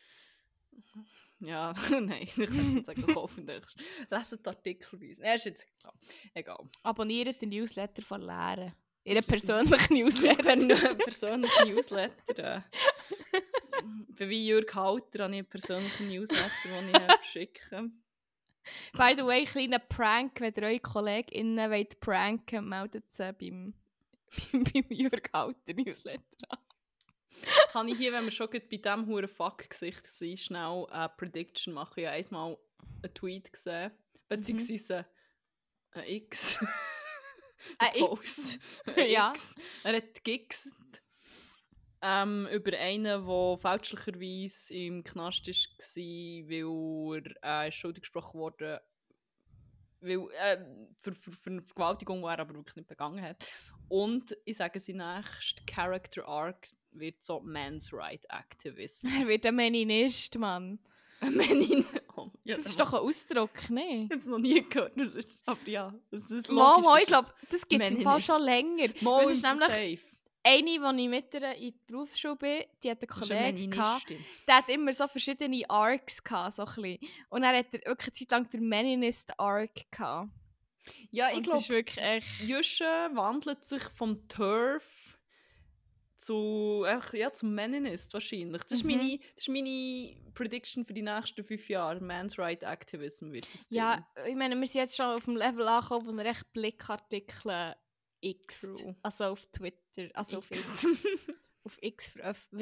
ja, nein, ich kann nicht sagen, hoffentlich. Leset die Artikel bei uns. Ist jetzt klar. Egal. abonniert den Newsletter von Lehre. Ihren persönlichen Newsletter. Persönliche Newsletter. Für wie Jürg Halter habe ich einen persönlichen Newsletter, den ich verschicke. By the way, kleiner Prank, wenn ihr eure KollegInnen wollt pranken, meldet sie beim Jürg Halter Newsletter an. Kann ich hier, wenn wir schon bei diesem huren Fuck-Gesicht sind, schnell eine Prediction machen? Ich habe einmal einen Tweet gesehen, beziehungsweise ein X. Ein Post. Ja. X. Er hat gegixt über einen, der fälschlicherweise im Knast war, weil er schuldig gesprochen wurde, für eine Vergewaltigung, die er aber wirklich nicht begangen hat. Und ich sage, sein nächster Character Arc wird so Men's Right Activism. Er wird ein Meninist, Mann. Oh, Das ist doch ein Ausdruck, ne? Ich habe es noch nie gehört. Das ist, aber ja, das ist Mama, logisch, ich glaube, das gibt es im Fall schon länger. Mal Das ist nämlich safe. eine, die ich mit ihr in die Berufsschule bin, die hat einen Das ist eine Kollegen gehabt, Meninistin. der hat immer so verschiedene Arcs gehabt, so ein bisschen. Und dann hat er wirklich eine Zeit lang den Meninist-Arc gehabt. Ja, ich Und das glaube, ist wirklich echt... Jusche wandelt sich vom Turf zu, zum Meninist wahrscheinlich. Das ist meine Prediction für die nächsten 5 Jahre. Men's Right Activism wird das Ja, ich meine, wir sind jetzt schon auf dem Level angekommen, wo er echt Blickartikel X, True. also auf Twitter, also auf X. X, auf X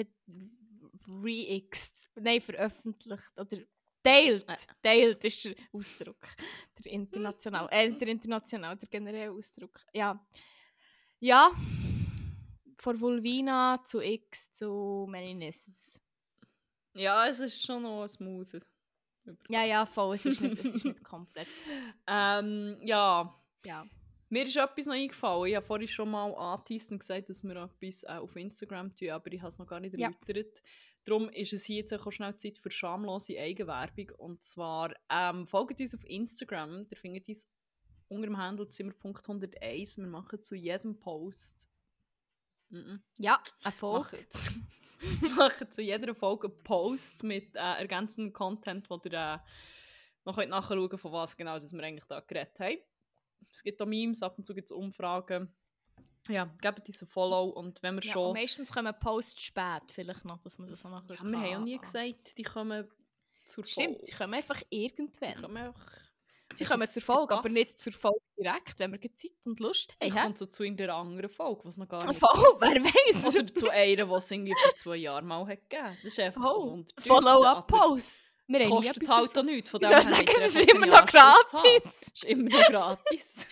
re-Xed, nein, veröffentlicht oder teilt. Teilt ist der Ausdruck, der international, der generelle Ausdruck. Ja, ja, von Vulvina zu X zu Meninists. Ja, es ist schon noch ein smoother Übergang. Ja, voll, es ist nicht komplett. Ja. Ja. Mir ist etwas noch eingefallen. Ich habe vorhin schon mal angeteased und gesagt, dass wir etwas auf Instagram tun, aber ich habe es noch gar nicht Ja. erläutert. Darum ist es hier jetzt auch schnell Zeit für schamlose Eigenwerbung. Und zwar folgt uns auf Instagram. Ihr findet uns unter dem Handle Zimmer.101. Wir machen zu jedem Post... Ja, Erfolg. machen zu jeder Folge einen Post mit ergänzendem Content, wo ihr noch nachschauen könnt, von was genau das wir eigentlich da geredet haben. Es gibt auch Memes, ab und zu gibt es Umfragen. Ja, gebt uns ein Follow und wenn wir Ja, schon... und meistens kommen Posts spät, vielleicht noch, dass man das auch noch Ja, wir haben ja nie gesagt, die kommen zur Folge. Stimmt, sie kommen einfach irgendwann. Sie Es kommen ist zur Folge, aber gepasst. nicht zur Folge direkt, wenn wir Zeit und Lust haben. Vielleicht kommt so zu irgendeiner anderen Folge, was noch gar nicht... Voll, wer weiß. Oder zu einer, die es irgendwie vor 2 Jahren mal hat gegeben. Das ist einfach Voll. 100 Follow-up-Post. Das Wir haben nie kostet etwas halt auch nichts. Von Ich dem würde her sagen, habt ihr es ist einfach immer keine noch Anschrift zu haben. gratis. Es ist immer noch gratis.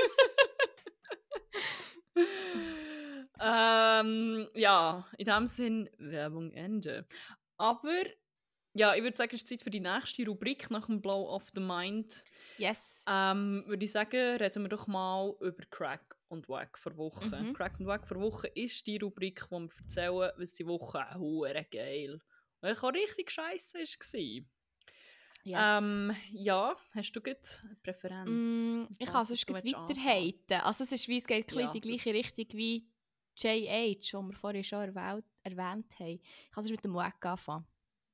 Ja, in dem Sinn, Werbung Ende. Aber, ja, ich würde sagen, es ist Zeit für die nächste Rubrik nach dem Blow of the Mind. Yes. Würde ich sagen, reden wir doch mal über Crack und Wack vor Woche. Mhm. Crack und Wack vor Woche ist die Rubrik, wo wir erzählen, was die Woche hure geil und auch richtig scheisse war. Yes. Ja, hast du eine Präferenz? Ich kann sonst weiterhaten. Also es ist wie, es geht Ja, in die gleiche das- Richtung wie JH, die wir vorhin schon erwähnt haben. Ich kann sonst mit dem Wack anfangen.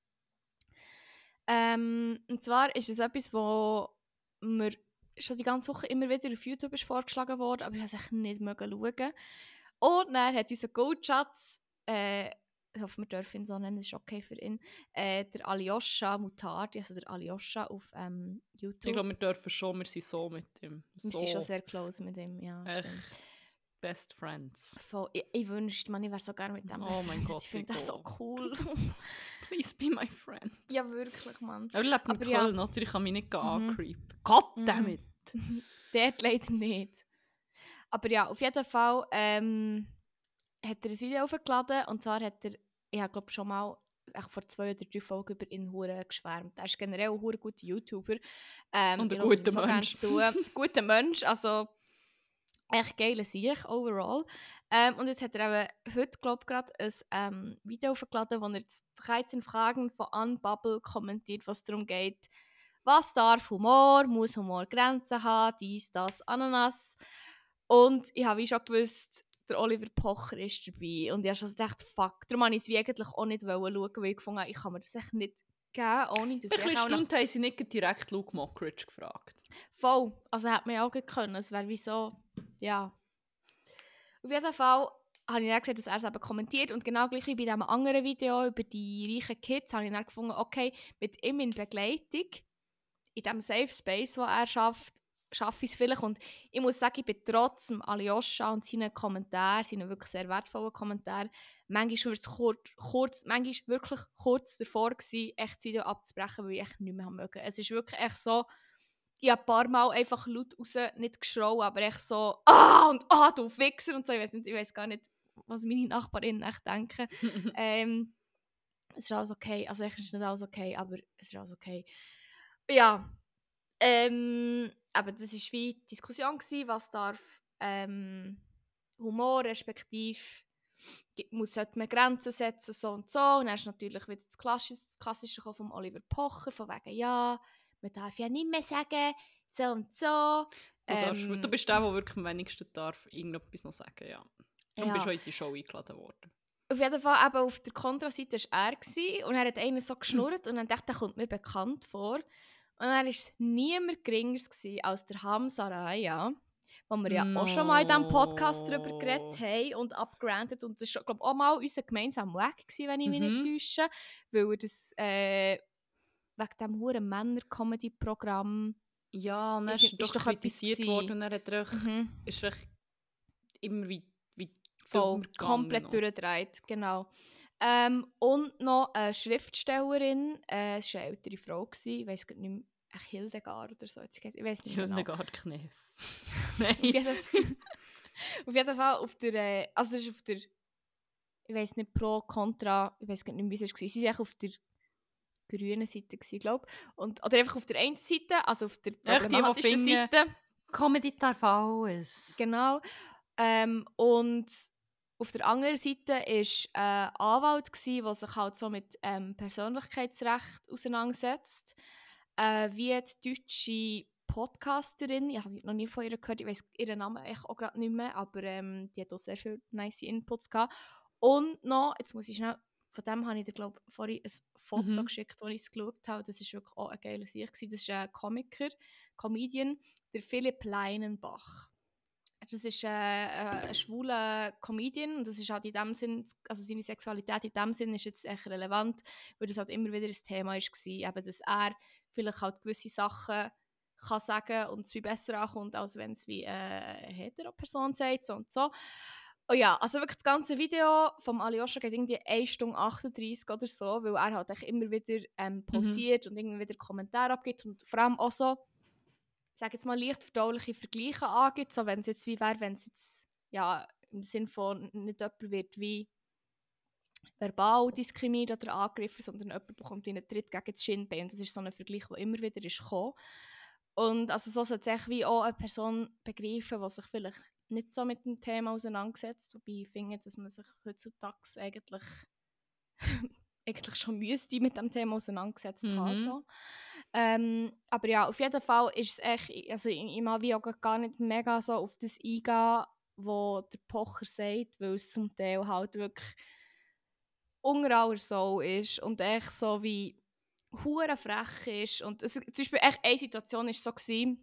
Und zwar ist es etwas, wo mir schon die ganze Woche immer wieder auf YouTube ist vorgeschlagen worden, aber ich konnte es nicht schauen. Und dann hat unser Goldschatz, ich hoffe, wir dürfen ihn so nennen, das ist okay für ihn, der Alyosha Mutardi, also der Alyosha auf YouTube. Ich glaube, wir dürfen schon, wir sind so mit ihm. Wir sind schon sehr close mit ihm, ja, stimmt. Best Friends. Voll. Ich wünschte, man, ich wäre so gerne mit dem Oh mein befreundet. Gott, Ich finde das so cool. Please be my friend. Ja, wirklich, Mann. Aber er lebt in Aber Köln, ja. oder? Ich kann mich nicht Mhm. angreepen. Goddammit! Dort leider nicht. Aber ja, auf jeden Fall hat er ein Video aufgeladen und zwar hat er, ich habe glaube schon mal vor 2 oder 3 Folgen über ihn hure geschwärmt. Er ist generell ein hure guter YouTuber. Und ein ich höre guter ihm so Mensch. gern zu. Guter Mensch, also echt geile Sicht overall. Und jetzt hat er eben heute, glaube ich, gerade ein Video aufgeladen, wo er 13 Fragen von Unbubble kommentiert, was darum geht, was darf Humor, muss Humor Grenzen haben, dies, das, Ananas. Und ich habe wie schon gewusst, der Oliver Pocher ist dabei. Und ich habe schon gedacht, fuck, darum wollte ich es wie eigentlich auch nicht schauen, weil ich gefunden habe, ich kann mir das echt nicht geben, ohne dass Ein bisschen ich auch Stunde haben sie nicht direkt Luke Mockridge gefragt. Voll, also hätte man ja auch können, es wäre wie so, ja. Auf jeden Fall habe ich dann gesehen, dass er es eben kommentiert und genau gleich wie bei diesem anderen Video über die reichen Kids habe ich dann gefunden, okay, mit ihm in Begleitung, in diesem Safe Space, den er schafft, schaffe ich es vielleicht. Und ich muss sagen, ich bin trotzdem Alyosha und seinen Kommentaren, seinen wirklich sehr wertvollen Kommentaren, manchmal wirklich kurz davor gewesen, echt das Video abzubrechen, weil ich echt nicht mehr mögen. Es ist wirklich echt so, ich habe ein paar Mal einfach laut raus, nicht geschrauen, aber echt so, du Wichser und so. Ich weiß gar nicht, was meine Nachbarinnen echt denken. Es ist alles okay. Also echt ist nicht alles okay, aber es ist alles okay. Ja. Aber das war wie die Diskussion gewesen, was darf Humor respektive sollte man Grenzen setzen, so und so. Und dann ist natürlich wieder das Klassische vom Oliver Pocher, von wegen, ja, man darf ja nicht mehr sagen, so und so. Du bist der wirklich am wenigsten darf irgendetwas noch sagen, ja. Darum bist du heute in die Show eingeladen worden. Auf jeden Fall, eben auf der Kontraseite war er und er hat einen so geschnurrt und dann dachte er kommt mir bekannt vor. Und dann war es niemand Geringeres als der Hamza Raya, wo wir ja auch schon mal in diesem Podcast darüber geredet haben und abgerantet. Und das war, glaube ich, auch mal unser gemeinsamer Weg, wenn ich mich nicht täusche. Weil er das wegen diesem huren Männer-Comedy-Programm... Ja, und dann ist er doch kritisiert worden und dann ist er immer wie voll komplett durchgedreht, genau. Und noch eine Schriftstellerin, es war eine ältere Frau, ich weiss gar nicht mehr, Hildegard oder so, ich weiss nicht genau. Hildegard Knef. Nein. Auf jeden Fall auf der, also das ist auf der, ich weiss nicht, pro, contra, ich weiss gar nicht mehr, wie es war. Sie war auf der grünen Seite, glaube ich. Oder einfach auf der einen Seite, also auf der problematischen Seite. Comedy darf alles. Genau. Und auf der anderen Seite war ein Anwalt, der sich halt so mit Persönlichkeitsrecht auseinandersetzt. Wie die deutsche Podcasterin, ich habe noch nie von ihr gehört, ich weiß ihren Namen echt auch gerade nicht mehr, aber die hat auch sehr viele nice Inputs gehabt. Und noch, jetzt muss ich schnell, von dem habe ich dir, glaube ich, vorhin ein Foto geschickt, als ich es geschaut habe. Das war wirklich auch ein geiler Sicht. Das ist ein Comedian, der Philipp Leinenbach. Das ist ein schwuler Comedian und das ist halt in dem Sinn, also seine Sexualität in dem Sinn ist jetzt echt relevant, weil das halt immer wieder ein Thema war, eben, dass er vielleicht halt gewisse Sachen kann sagen und es wie besser ankommt, als wenn es wie eine Hetero-Person sagt, so und so. Oh ja, also wirklich das ganze Video vom Alyosha geht irgendwie 1 Stunde 38 oder so, weil er halt echt immer wieder pausiert und irgendwie wieder Kommentare abgibt und vor allem auch so, sage jetzt mal, leicht verdauliche Vergleiche angibt, so wenn es jetzt wie wäre, wenn es jetzt, ja, im Sinne von nicht jemand wird wie verbal diskriminiert oder angegriffen, sondern jemand bekommt einen Tritt gegen das Schienbein. Und das ist so ein Vergleich, der immer wieder ist gekommen. Und also so sollte es wie auch eine Person begreifen, die sich vielleicht nicht so mit dem Thema auseinandersetzt, wobei ich finde, dass man sich heutzutage eigentlich schon müsste mit dem Thema auseinandergesetzt haben. So. Aber ja, auf jeden Fall ist es echt, also ich mag wie auch gar nicht mega so auf das eingehen, was der Pocher sagt, weil es zum Teil halt wirklich unter aller Sau ist und echt so wie hure frech ist. Und zum Beispiel echt eine Situation war so, gewesen,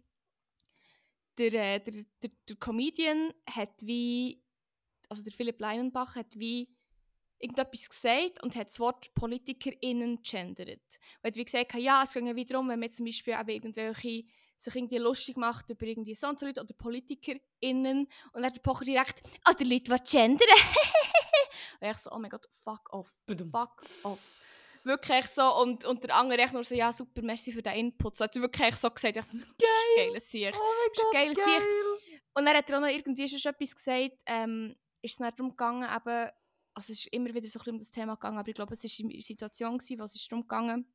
der Comedian hat wie, also der Philipp Leinenbach hat wie irgendetwas gesagt und hat das Wort PolitikerInnen gendert. Und hat wie gesagt, ja, es ging ja wieder darum, wenn man zum Beispiel eben irgendwelche sich irgendwie lustig macht über irgendwie so und so Leute oder PolitikerInnen und dann hat der Pocher direkt, der Leute, die gendern. Und ich so, oh mein Gott, fuck off, fuck off. Wirklich so, und der andere echt nur so, ja super, merci für den Input. So hat er wirklich so gesagt, ich dachte, geiler Sieg. Oh mein Gott, Geiler geil. Sieg. Und dann hat er auch noch irgendwie schon etwas gesagt, ist es nicht darum gegangen, eben, also es ist immer wieder so ein bisschen um das Thema gegangen, aber ich glaube, es war eine Situation, wo es ist darum gegangen,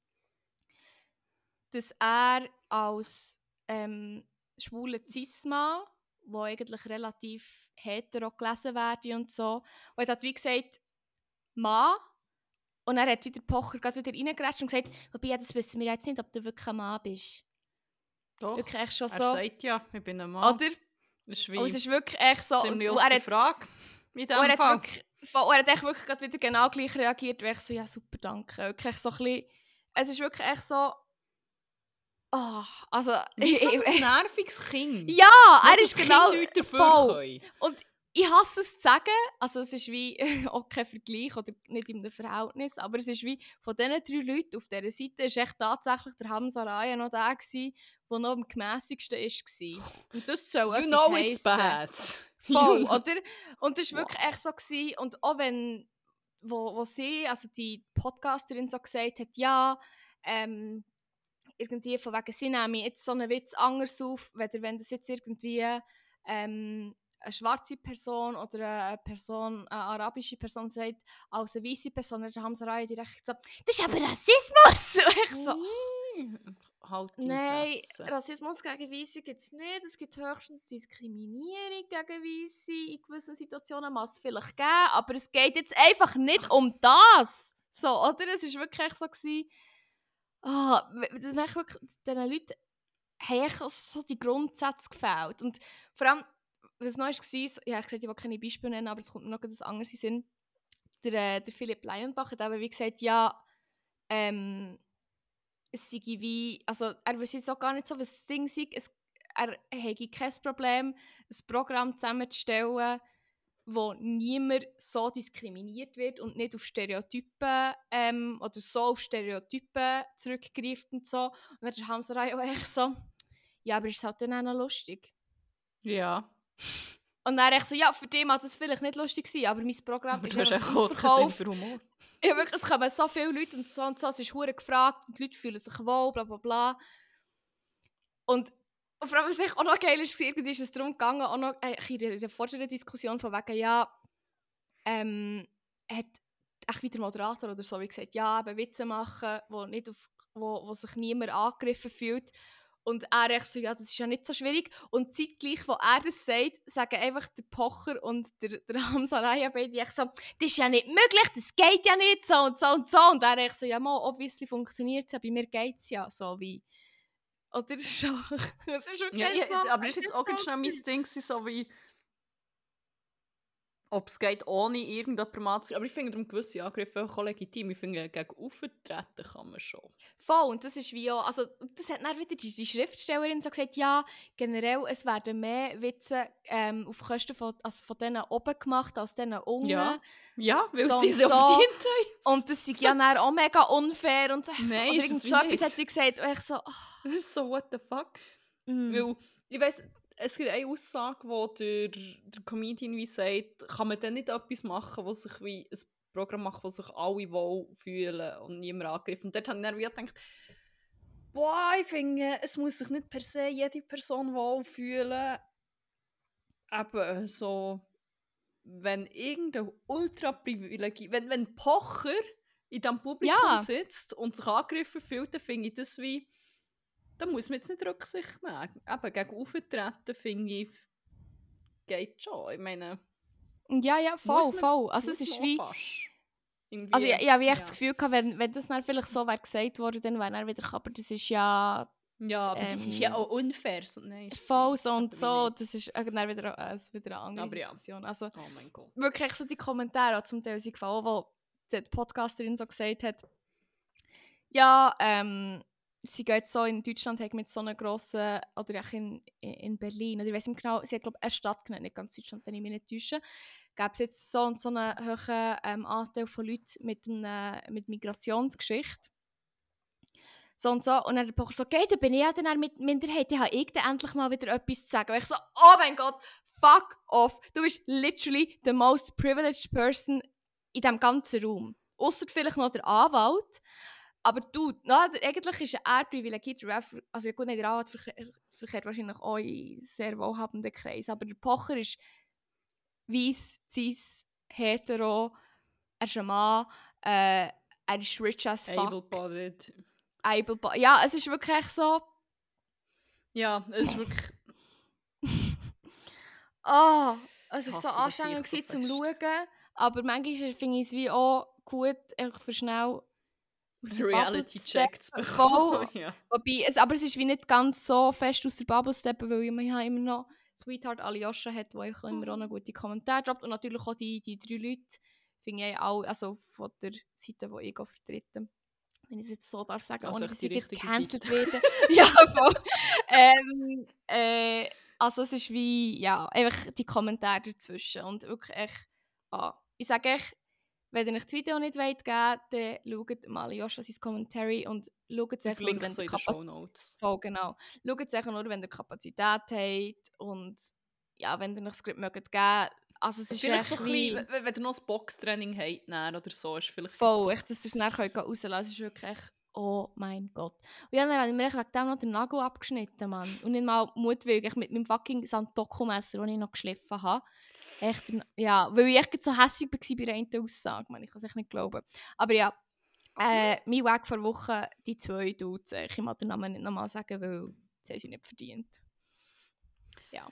dass er als schwuler Cis-Mann, der eigentlich relativ hetero gelesen werde und so, und er hat wie gesagt, Mann, und er hat wieder Pocher gerade wieder reingeratscht und gesagt, wobei, ja, das wissen wir jetzt nicht, ob du wirklich ein Mann bist. Doch, wirklich echt schon er so. sagt ja, ich bin ein Mann. Oder? Das ist wie Aber es ist wirklich echt so. ziemlich Und ausser er hat, Frage in diesem er Fall. hat echt wirklich gerade wieder genau gleich reagiert, weil ich so, ja super, danke. Wirklich so ein bisschen, es ist wirklich echt so, also... Wie so ein nerviges Kind. Ja, Nur, er ist genau nichts dafür voll. können. Und ich hasse es zu sagen, also es ist wie auch kein Vergleich oder nicht in einem Verhältnis, aber es ist wie, von diesen 3 Leuten auf dieser Seite ist echt tatsächlich der Hamza Raya noch der gewesen, der noch am gemässigsten war. Und das soll You etwas know it's heissen. bad. Voll, oder? Und das war wirklich echt so gewesen. Und auch wenn, wo sie, also die Podcasterin so gesagt hat, ja, irgendwie von wegen, sie nehmen jetzt so einen Witz anders auf, wenn das jetzt irgendwie eine schwarze Person oder eine Person, eine arabische Person sagt, als eine weiße Person, dann haben sie Reihe direkt so, das ist aber Rassismus! Und ich so, Halt die nein, Fresse. Rassismus gegen Weisse gibt es nicht. Es gibt höchstens Diskriminierung gegen Weisse. In gewissen Situationen muss es vielleicht geben, aber es geht jetzt einfach nicht um das. So, oder? Es war wirklich so, das merke ich wirklich, diesen Leuten haben echt so die Grundsätze gefällt. Und vor allem, was noch war, ich habe gesagt, ich will keine Beispiele nennen, aber es kommt mir noch etwas anderes in den Sinn. Der Philipp Leinenbach hat eben wie gesagt, ja, es sei wie, also er weiß jetzt auch gar nicht so, was das Ding sei. Er hätte kein Problem, ein Programm zusammenzustellen, wo niemand so diskriminiert wird und nicht auf Stereotypen oder so auf Stereotypen zurückgreift und so. Und dann ist Hamza Rai auch echt so, ja, aber ist es halt dann auch noch lustig. Ja. Und dann echt so, ja, für dich mag das vielleicht nicht lustig sein, aber mein Programm Aber ist du hast einfach auch keinen ausverkauft. Sinn für Humor. Ja, wirklich, es kommen so viele Leute und so, es ist verdammt gefragt und die Leute fühlen sich wohl, bla bla bla. Und vor allem, was echt auch noch geil ist, irgendwie ist es darum gegangen, auch noch in der vorderen Diskussion von wegen, ja, hat echt wieder Moderator oder so wie gesagt, ja, eben Witze machen, wo sich niemand angegriffen fühlt. Und er echt so, ja, das ist ja nicht so schwierig. Und zeitgleich, wo er das sagt, sagen einfach der Pocher und der Hamza Raya beide echt so, das ist ja nicht möglich, das geht ja nicht, so und so und so. Und er echt so, ja mal, obviously funktioniert es ja, bei mir geht es ja so wie... Oder schon. Es ist wirklich so... aber das ist jetzt auch ganz schnell mein Ding, so wie... Ob es geht, ohne irgendjemanden anzugreifen. Aber ich finde darum gewisse Angriffe auch legitim. Ich finde, gegen auftreten kann man schon. Voll, und das ist wie auch, also das hat dann wieder die Schriftstellerin so gesagt, ja, generell, es werden mehr Witze auf Kosten von denen oben gemacht, als denen unten. Ja, weil so die und so verdient haben. Und das ist ja dann auch mega unfair und so. Nein, oder ist irgend es so wie etwas nicht. hat sie gesagt, und ich so, Das ist so, what the fuck? Mm. Weil, ich weiss, es gibt eine Aussage, wo der Comedian wie sagt, kann man dann nicht etwas machen, wo sich wie ein Programm macht, wo sich alle wohl fühlen und niemand angegriffen. Und dort habe ich dann wie gedacht, boah, ich finde, es muss sich nicht per se jede Person wohl fühlen. Eben so, wenn irgendein ultra-privilegiert, wenn Pocher in diesem Publikum Ja. sitzt und sich angegriffen fühlt, dann finde ich das wie, da muss man jetzt nicht Rücksicht nehmen. Eben, gegen Auftreten finde ich, geht schon. Ich meine, Ja, muss voll. Also es man ist auch wie... fast. Irgendwie, Also ich habe echt das Gefühl gehabt, wenn das dann vielleicht so wäre gesagt worden, dann wäre dann wieder, aber das ist ja... ja, aber das ist ja auch unfair. So, nein, ist es voll nicht. so und Eben wie so, nicht. das ist dann wieder eine andere Aber ja. Diskussion. Also Oh mein Gott. wirklich so die Kommentare auch zum Teil sind gefallen, wo die Podcasterin so gesagt hat, ja, sie geht so in Deutschland hat mit so einer grossen, oder auch in Berlin, oder ich weiß nicht genau, sie hat glaube ich eine Stadt genannt, nicht ganz Deutschland, wenn ich mich nicht täusche, gäbe es jetzt so und so einen hohen Anteil von Leuten mit Migrationsgeschichte. So und so. Und dann der Pocher so, okay, dann bin ich ja dann mit Minderheit, dann habe ich dann endlich mal wieder etwas zu sagen. Und ich so, oh mein Gott, fuck off. Du bist literally the most privileged person in diesem ganzen Raum. Ausser vielleicht noch der Anwalt. Aber du, eigentlich ist er privilegiert. Also gut, nicht der Anwalt verkehrt wahrscheinlich auch in sehr wohlhabenden Kreisen. Aber der Pocher ist weiss, cis, hetero, er ist ein Mann, er ist rich as fuck. Able-bodied. Ja, es ist wirklich so... Ja, es ist wirklich... Es war so hasse das anstrengend sicher so zum fest. Schauen, aber manchmal finde ich es wie auch gut, einfach für schnell aus der Bubble zu Reality-Check zu steppen. bekommen. Ja. Wobei, aber es ist wie nicht ganz so fest aus der Bubble zu steppen, weil man ja immer noch Sweetheart Alyosha hat, wo ich immer auch noch gute Kommentare droppt. Und natürlich auch die 3 Leute, finde ich auch, also von der Seite, die ich auch vertrete. Wenn ich es jetzt so darf sagen, Also ohne echt dass die ich richtige gecancelt Seite. werde. Ja, voll. Also es ist wie, ja, einfach die Kommentare dazwischen und wirklich echt, ich sage echt, wenn ihr euch das Video nicht wollt geben, dann schaut mal Joscha sein Commentary und schaut es Ich euch nur, verlinke wenn so ihr in den Shownotes. voll, genau. Schaut es euch nur, wenn ihr Kapazität habt und ja, wenn ihr euch das mögt geben. Also es ist Vielleicht echt so ein wie... bisschen, wenn ihr noch ein Boxtraining habt oder so, ist vielleicht voll, so. echt, dass ihr es nachher rauslassen könnt, ist wirklich echt, oh mein Gott. Und ja, dann habe ich mir echt wegen dem noch den Nagel abgeschnitten, Mann. Und nicht mal mutwillig, mit meinem fucking Santoku-Messer, das ich noch geschliffen habe. Echt, ja, weil ich echt so hässlich war bei der einen Aussage, man, ich kann es echt nicht glauben. Aber ja, mein Weg vor Woche, die 2 Dudes, ich mag den Namen nicht nochmal sagen, weil sie haben sie nicht verdient. Ja.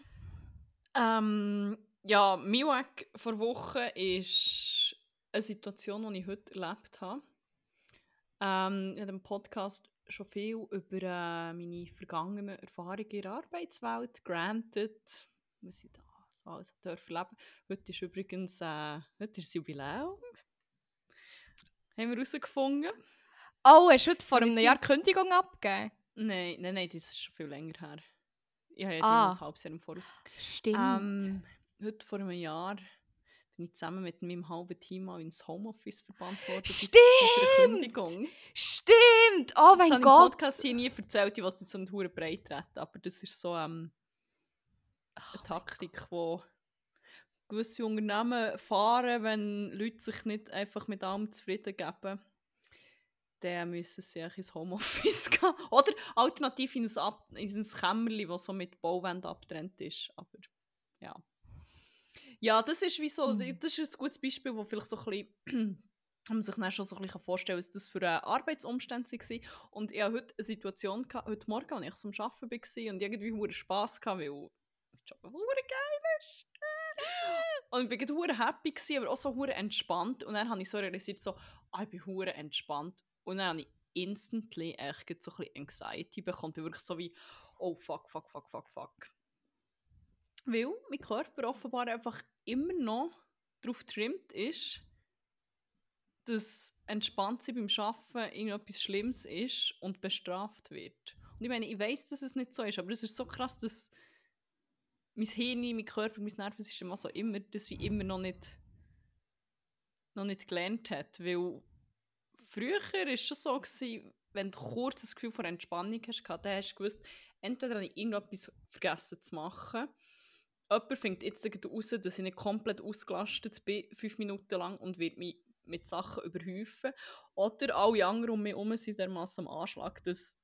Ja, mein Weg vor Woche ist eine Situation, die ich heute erlebt habe. Ich habe im Podcast schon viel über meine vergangenen Erfahrungen in der Arbeitswelt granted, was ich da so alles erleben durfte. Heute ist übrigens heute ist das Jubiläum. Haben wir herausgefunden. Oh, hast du heute vor So einem mit Jahr Kündigung abgegeben? Nein, das ist schon viel länger her. Ich habe ja die noch ein halbes Jahr im Voraus. Stimmt. Heute vor einem Jahr bin ich zusammen mit meinem halben Team auch ins Homeoffice verbannt worden. Stimmt! Bis unserer Kündigung. Stimmt! Oh mein Das habe ich im Gott! Podcast hier nie erzählt, ich wollte jetzt so nicht verdammt breit treten, aber das ist so eine Taktik, die gewisse Unternehmen fahren, wenn Leute sich nicht einfach mit allem zufrieden geben. Dann müssen sie ins Homeoffice gehen. Oder alternativ in ein Kämmerchen, das so mit Bauwänden abgetrennt ist. Aber ja. Ja, das ist wie so, das ist ein gutes Beispiel, wo vielleicht so ein bisschen kann man sich dann schon so ein bisschen vorstellen, was das für eine Arbeitsumstände war. Und ich hatte heute eine Situation, heute Morgen, als ich am Arbeiten war und irgendwie verdammt Spass hatte, weil mein Job verdammt geil ist. Und ich war verdammt happy, aber auch so verdammt entspannt. Und dann habe ich so realisiert, so, ich bin verdammt entspannt. Und dann habe ich instantly echt so ein bisschen Anxiety bekommen. Ich bin wirklich so wie, oh fuck. Weil mein Körper offenbar einfach immer noch darauf getrimmt ist, dass entspannt sein beim Arbeiten irgendetwas Schlimmes ist und bestraft wird. Und ich meine, ich weiss, dass es nicht so ist, aber es ist so krass, dass mein Hirn, mein Körper, mein Nervensystem, was auch immer, das wie immer noch nicht gelernt hat. Weil früher war es schon so, gewesen, wenn du kurz das Gefühl von Entspannung hast, dann hast du gewusst, entweder habe ich irgendetwas vergessen zu machen. Jemand findet jetzt heraus, dass ich nicht komplett ausgelastet bin, 5 Minuten lang, und wird mich mit Sachen überhäufen. Oder alle anderen um mich herum sind dermassen am Anschlag, dass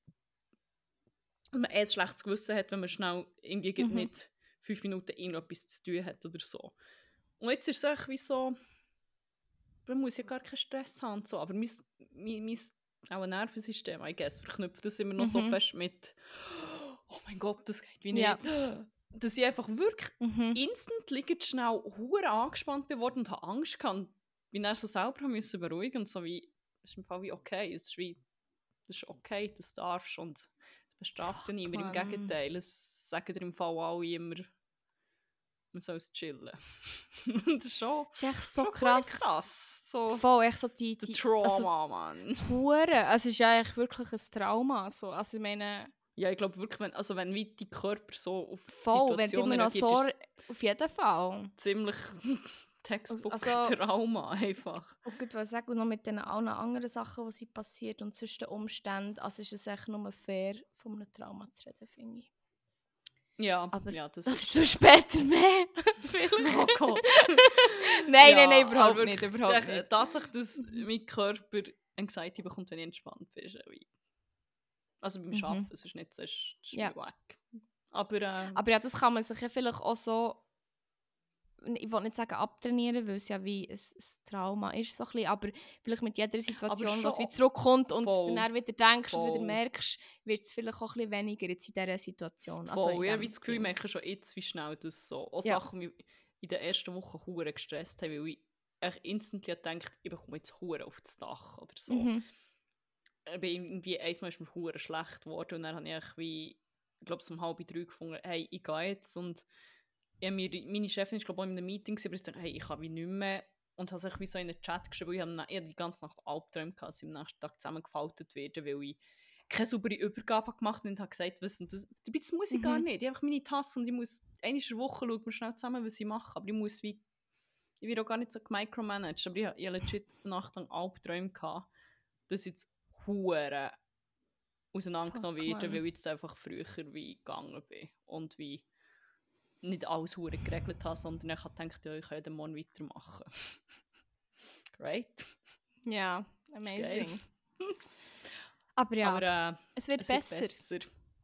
man ein schlechtes Gewissen hat, wenn man schnell irgendwie nicht 5 Minuten irgendetwas zu tun hat oder so. Und jetzt ist es echt wie so, man muss ja gar keinen Stress haben und so, aber mein auch ein Nervensystem, I guess, verknüpft das immer noch so fest mit «Oh mein Gott, das geht wie nicht!» Ja. Dass ich einfach wirklich instantly schnell hure angespannt bin worden und habe Angst gehabt. Und bin dann so selber müssen beruhigen und so wie, es ist im Fall wie okay, es ist wie, das ist okay, das darfst und es bestraft ja niemand. Im Gegenteil, es sagen dir im Fall alle immer, man soll es chillen. Das ist schon, Das ist echt so schon krass. So, Voll, echt so die Trauma, Mann. Hure. Also, es ist ja eigentlich wirklich ein Trauma. So. Also, ich meine... Ja, ich glaube wirklich, wenn wie die Körper so auf Voll, wenn du Situationen immer noch reagiert, so... ist Auf jeden Fall. es ziemlich Textbook Also, Trauma einfach. und ich würde sagen, und noch mit den allen anderen Sachen, die passiert und sonst den Umständen, also ist es echt nur fair, von einem Trauma zu reden, finde ich. Ja, Aber ja, das das ist ist später mehr. oh Gott. Nein, überhaupt nicht. Tatsächlich, dass mein Körper Anxiety bekommt, wenn ich entspannt bin, ist wie... Also beim Arbeiten, es ist nicht so, es ist wie weg. Aber ja, das kann man sich ja vielleicht auch so, ich will nicht sagen abtrainieren, weil es ja wie ein Trauma ist, so ein bisschen, aber vielleicht mit jeder Situation, was wie zurückkommt und du dann wieder denkst und wieder merkst, wird es vielleicht auch ein bisschen weniger jetzt in dieser Situation. Voll, also ich habe das Gefühl, ich merke schon jetzt, wie schnell das so... Auch Sachen, die mich in den ersten Wochen hure gestresst haben, weil ich instantly gedacht, ich bekomme jetzt hure auf das Dach oder so. Ich bin irgendwie, einmal ist mir hure schlecht geworden und dann habe ich wie, ich glaube, um 2:30 gefunden, hey, ich gehe jetzt. Und meine Chefin ist, glaube ich, auch in einem Meeting, aber ich dachte, hey, ich kann wie nicht mehr. Und habe sich wie so in den Chat geschrieben, ich habe die ganze Nacht Albträume gehabt, dass ich am nächsten Tag zusammengefaltet werde, weil ich keine saubere Übergabe gemacht habe und habe gesagt, das muss ich gar nicht. Ich habe einfach meine Tasse und ich muss einmal in der Woche schauen wir schnell zusammen, was ich mache. Aber ich werde auch gar nicht so gemicromanaged, aber ich habe legit eine Nacht lang Albträume gehabt, dass ich jetzt hure auseinandergenommen werde, weil ich jetzt einfach früher wie gegangen bin und wie nicht alles hure geregelt habe, sondern ich habe gedacht, ja, ich kann morgen weitermachen. Great. Ja, amazing. Aber ja, Aber, es wird besser.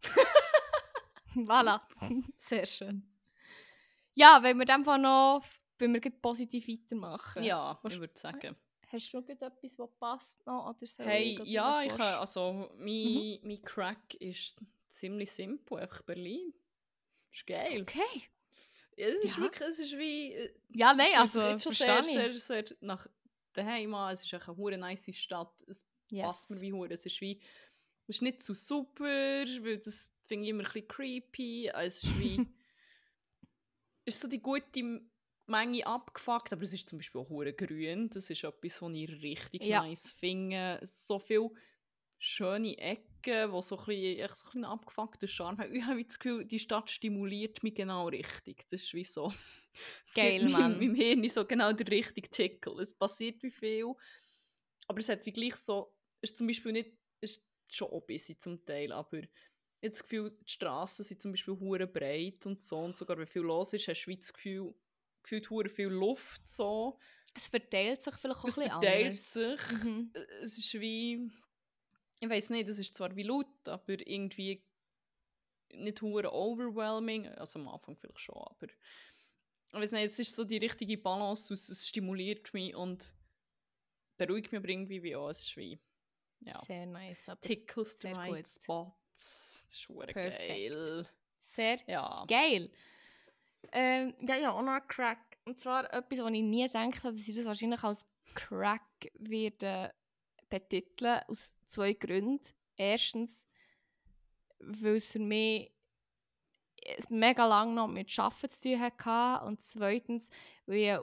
Voilà, sehr schön. Ja, wenn wir dann noch positiv weitermachen. Ja, ich würde sagen. Hast du noch etwas, was passt noch? Oder hey, ja, ich kann, also mein Crack ist ziemlich simpel, einfach Berlin. Ist geil. Okay. Es ist wirklich, es ist wie... Ja, nein, also jetzt schon sehr nach daheim an. Es ist eine hure nice Stadt. Es passt mir wie hure. Es ist wie... Es ist nicht so super, weil das finde ich immer ein bisschen creepy. Es ist wie... es ist so die gute Menge abgefuckt, aber es ist zum Beispiel auch hure grün. Das ist etwas, was ich richtig nice finde. So viele schöne Ecken, die so ein bisschen einen abgefuckten Charme haben. Ich habe das Gefühl, die Stadt stimuliert mich genau richtig. Das ist wie so... es geil, gibt Mann. meinem Hirn so genau der richtige Tickle. Es passiert wie viel, aber es hat wie gleich so... Es ist zum Beispiel nicht... Es ist schon auch busy zum Teil, aber ich habe das Gefühl, die Strassen sind zum Beispiel hure breit und so, und sogar wenn viel los ist, hast du das Gefühl, gefühlt hure viel Luft so. Es verteilt sich vielleicht auch ein bisschen anders. Es ist wie... Ich weiss nicht, es ist zwar wie laut, aber irgendwie nicht hure overwhelming. Also am Anfang vielleicht schon, aber ich weiss nicht, es ist so die richtige Balance aus, es stimuliert mich und beruhigt mich aber irgendwie wie auch ein Schwein. Ja. Sehr nice. Aber Tickles the sehr right gut. spots. Das ist verdammt Perfekt. geil. Sehr Ja. geil. Ja, auch noch ein Crack. Und zwar etwas, was ich nie gedacht habe, dass ich das wahrscheinlich als Crack werde betiteln, aus 2 Gründen. Erstens, weil es für mich mega lange noch mit Arbeiten zu tun hatte. Und zweitens, weil ich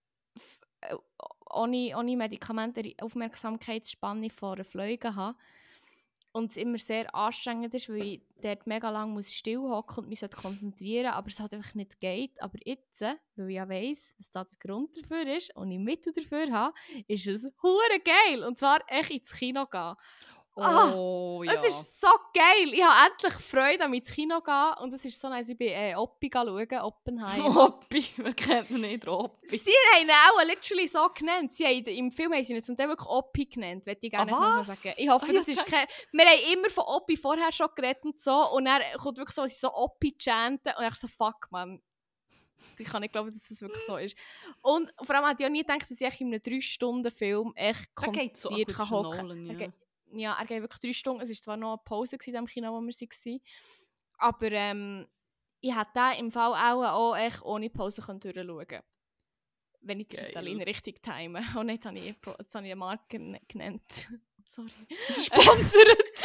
ohne Medikamente eine Aufmerksamkeitsspanne von einer Fliege habe. Und es immer sehr anstrengend ist, weil ich dort mega lange still hocken und mich konzentrieren sollte, aber es halt einfach nicht geht. Aber jetzt, weil ich ja weiss, was da der Grund dafür ist und ich Mittel dafür habe, ist es hure geil. Und zwar echt ins Kino gehen. Oh ja. Es ist so geil. Ich habe endlich Freude, an ins Kino zu gehen. Und es ist so nice, ich bin Oppi schauen, Oppenheimer. Oppi, man kennt ihn nicht, Oppi. Sie haben ihn auch literally so genannt. Im Film haben sie ihn zum Teil wirklich Oppi genannt, würde ich gerne noch sagen. Ich hoffe, das ist kein... Wir haben immer von Oppi vorher schon geredet und so. Und dann kommt wirklich so, dass sie so Oppi chanten. Und ich so, fuck, man. Ich kann nicht glauben, dass das wirklich so ist. Und vor allem hätte ich auch nie gedacht, dass ich in einem 3-Stunden-Film echt konzentriert hocken kann. Ja, er geht wirklich 3 Stunden. Es war zwar noch eine Pause in dem Kino, wo wir waren. Aber ich hätte den im Fall auch echt ohne Pause durchschauen können. Wenn ich die Ritalin richtig time. Und jetzt habe ich eine Marke genannt. Sorry. Sponsert!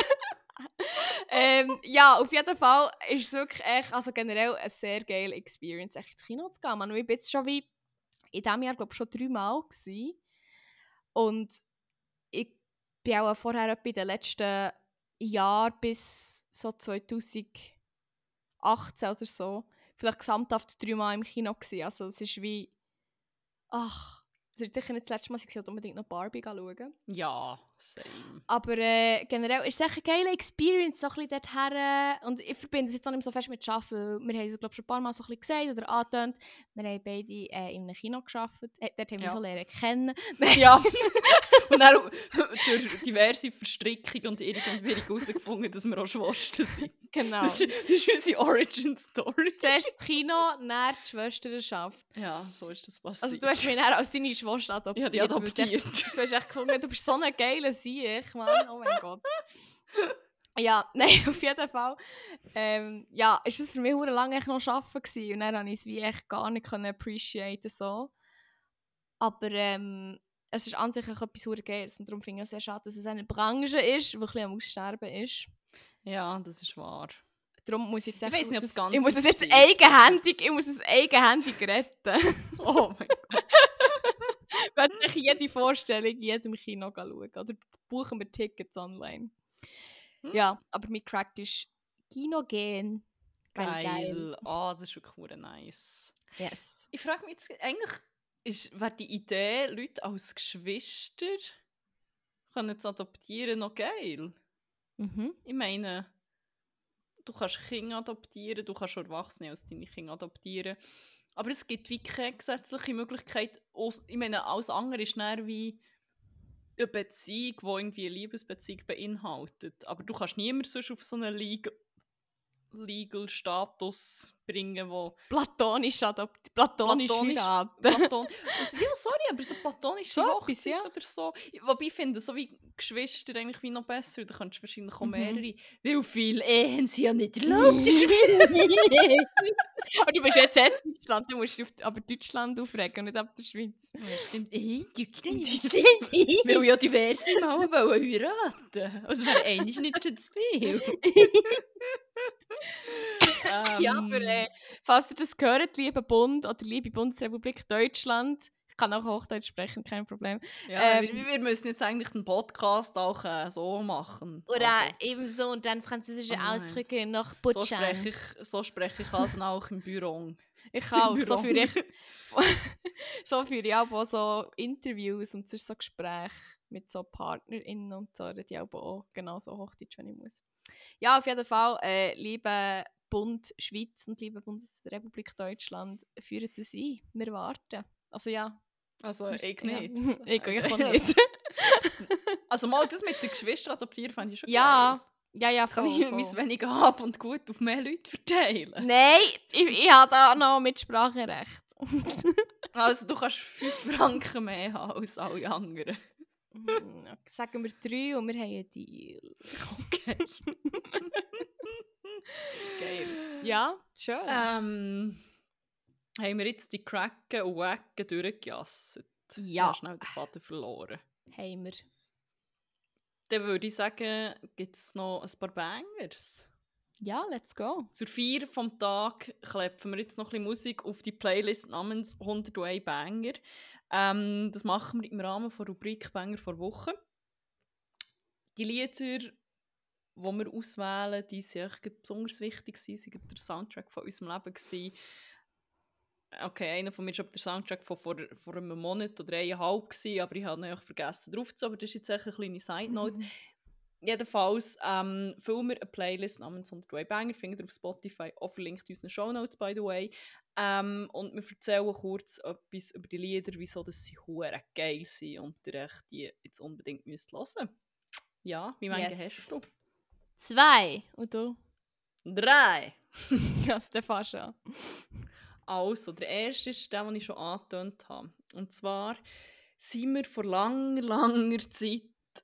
Ja, auf jeden Fall ist es wirklich echt, also generell eine sehr geile Experience, echt ins Kino zu gehen. Man, ich bin jetzt schon wie in diesem Jahr, glaube ich, schon 3 Mal gewesen. Und ich bin auch vorher etwa in den letzten Jahren bis so 2018 oder so, vielleicht gesamthaft 3 Mal im Kino gewesen. Also es ist wie, es wird sicher nicht das letzte Mal sein, ich unbedingt noch Barbie schauen. Ja, same. Aber generell ist es echt eine geile Experience, so ein bisschen dorthin. Und ich verbinde es jetzt auch nicht mehr so fest mit Arbeiten. Wir haben es, glaube ich, schon ein paar Mal so ein bisschen gesagt oder angetönt. Wir haben beide in einem Kino gearbeitet. Dort haben wir so lernen kennen. Ja. Und dann durch diverse Verstrickungen und Irrung und Wirrung herausgefunden, dass wir auch Schwestern sind. Genau. Das ist unsere Origin-Story. Zuerst das Kino, dann die Schwesternschaft. Ja, so ist das passiert. Also du hast mich dann als deine Schwester adoptiert. Ja, die adoptiert. Du hast echt gefunden, du bist so eine geile Sieg, Mann. Oh mein Gott. Ja, nein, auf jeden Fall. Ja, ist es für mich sehr lange noch arbeiten gewesen. Und dann konnte ich es wie echt gar nicht appreciaten so. Aber es ist an sich auch etwas sehr Geiles. Und darum finde ich es sehr schade, dass es eine Branche ist, die ein bisschen am Aussterben ist. Ja, das ist wahr. Darum muss ich jetzt ich weiß nicht, ob es ganz ich muss es jetzt eigenhändig retten. Oh mein Gott. Ich werde jede Vorstellung in jedem Kino schauen. Oder buchen wir Tickets online. Ja, aber mein Crack ist Kino gehen. Geil. Das ist wirklich nice. Yes. Ich frage mich jetzt, eigentlich wäre die Idee, Leute als Geschwister können zu adoptieren, noch geil. Mhm. Ich meine, du kannst Kinder adoptieren, du kannst schon Erwachsene als deine Kinder adoptieren. Aber es gibt wie keine gesetzliche Möglichkeit. Ich meine, alles andere ist dann wie eine Beziehung, die irgendwie eine Liebesbeziehung beinhaltet. Aber du kannst niemanden sonst auf so einen Legal Status bringen, wo Platonisch heiraten. Ja, sorry, aber so platonische So Hochzeit etwas, ja. oder so. Wobei ich finde, so wie Geschwister eigentlich wie noch besser. Da kannst du wahrscheinlich auch mehrere. Weil viele Ehen sind ja nicht erlaubt in der Schweiz. Aber du bist jetzt in Deutschland, du musst aber Deutschland aufregen und nicht ab der Schweiz. Ja, stimmt. Deutschland. Weil ja diverse Mal heiraten. Also wäre eigentlich nicht schon zu viel. Ja, aber falls ihr das gehört, liebe Bund oder liebe Bundesrepublik Deutschland, ich kann auch Hochdeutsch sprechen, kein Problem. Ja, wir müssen jetzt eigentlich den Podcast auch so machen. Oder eben so und dann französische Ausdrücke noch butchern. So spreche ich halt auch im Büro. Ich auch. So führe ich auch so Interviews und so Gespräche mit so PartnerInnen und so. Die auch genau so Hochdeutsch, wenn ich muss. Ja, auf jeden Fall, liebe Bund Schweiz und liebe Bundesrepublik Deutschland, führen das ein. Wir warten. Also ja. Also ich nicht. Ich auch nicht. Also mal das mit den Geschwistern adoptieren fand ich schon geil. Ja, voll. Kann ich mein weniger Hab und Gut auf mehr Leute verteilen? Nein, ich habe da noch Mitspracherecht. Also du kannst 5 Franken mehr haben als alle anderen. Sagen wir 3 und wir haben einen Deal. Okay. Geil. Ja, schön. Haben wir jetzt die Cracken und Wacken durchgejasset? Ja. Ich habe schnell den Faden verloren. Haben wir. Dann würde ich sagen, gibt es noch ein paar Bangers. Ja, let's go. Zur Feier vom Tag klepfen wir jetzt noch ein bisschen Musik auf die Playlist namens 101 Banger. Das machen wir im Rahmen der Rubrik Banger vor Woche. Die Lieder, die wir auswählen, die sind echt besonders wichtig. Sie waren der Soundtrack von unserem Leben gewesen. Okay, einer von mir war der Soundtrack von vor einem Monat oder 1,5 gewesen, aber ich habe ihn vergessen drauf zu, aber das ist jetzt echt eine kleine Side-Note. Jedenfalls füllen wir eine Playlist namens 102 Banger, findet ihr auf Spotify, auch verlinkt in unseren Shownotes, by the way. Und wir erzählen kurz etwas über die Lieder, wieso dass sie hure geil sind und ihr echt die jetzt unbedingt müsst hören. Ja, wie viele hast du? 2. Und du? 3. Ja, Stefan schon. Also, der erste ist der, den ich schon angetönt habe. Und zwar sind wir vor langer Zeit,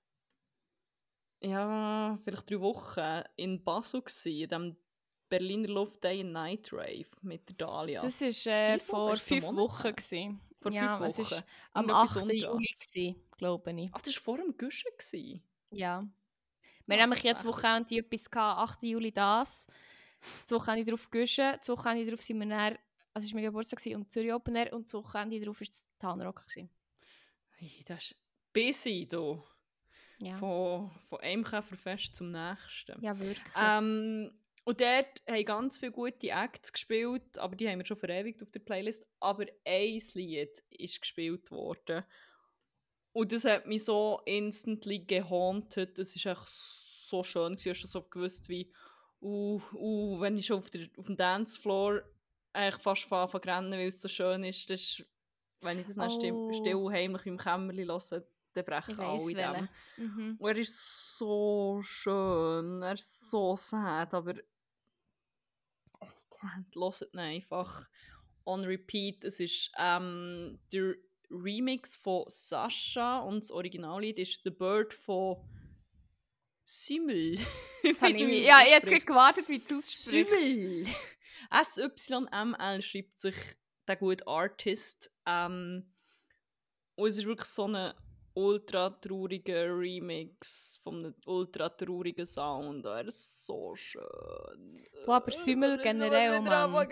ja, vielleicht 3 Wochen, in Basel gewesen, in diesem Berliner Luft Day and Night Rave mit der Dalia. Das war vor 5 Wochen. Gewesen. Vor 5 Wochen? Es war am 8. Juli, glaube ich. Ach, das war vor dem Guschen gewesen? Ja. Wir haben nämlich jetzt Wochenende etwas gehabt, 8. Juli das. Das Wochenende darauf Guschen, das Wochenende darauf sind wir dann, also es war mein Geburtstag und Zürich Open Air und das Wochenende darauf war es Tanrock. Hey, das ist busy hier. Ja. Von einem Käferfest zum nächsten. Ja, wirklich. Und dort haben ganz viele gute Acts gespielt, aber die haben wir schon verewigt auf der Playlist. Aber ein Lied ist gespielt worden. Und das hat mich so instantly gehauntet. Das ist echt so schön. Ich habe schon so gewusst, wie wenn ich schon auf dem Dancefloor eigentlich fast von rennen, weil es so schön ist, wenn ich das dann still heimlich im Kämmerchen höre, dann brechen alle in dem. Mhm. Und er ist so schön, er ist so sad, aber ich can't, hört ihn einfach on repeat. Es ist der Remix von Sascha und das Originallied ist The Bird von Symel. Ja, jetzt habe gewartet, wie du es aussprichst. Symel! SYML schreibt sich der gute Artist. Und es ist wirklich so ein ultra trauriger Remix von einem ultra traurigen Sound. Er ist so schön. Boah, aber Symel generell, Mann.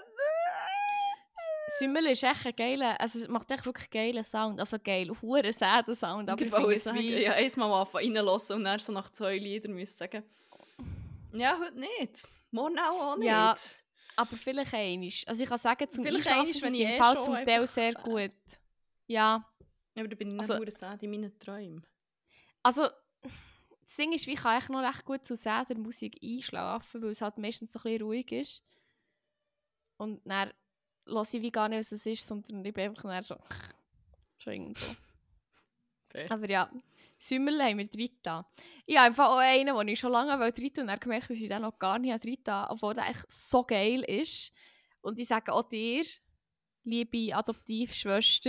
Symel ist echt ein geiler, also es macht echt wirklich einen geilen Sound. Also geil, auf einen säden Sound. Aber ich finde es wie... Ja, einmal anfangen reinlassen und dann so nach 2 Liedern müssen sagen, ja, heute nicht. Morgen auch nicht. Ja, aber vielleicht einmal. Also ich kann sagen, zum vielleicht Einschlafen ist sind im Fall zum Teil sehr gut. Ja. Ja, aber da bin ich also, nicht sad in meinen Träumen. Also, das Ding ist, wie kann ich noch recht gut zu sadder Musik einschlafen, weil es halt meistens so ein bisschen ruhig ist. Und dann höre ich wie gar nicht, was es ist, sondern ich bin einfach dann so irgendwo. Aber ja, Symel haben wir drin da. Ich habe einfach auch einen, den ich schon lange drin wollte und dann gemerkt, dass ich den noch gar nicht drin habe, obwohl der echt so geil ist. Und ich sage auch dir, liebe Adoptivschwester,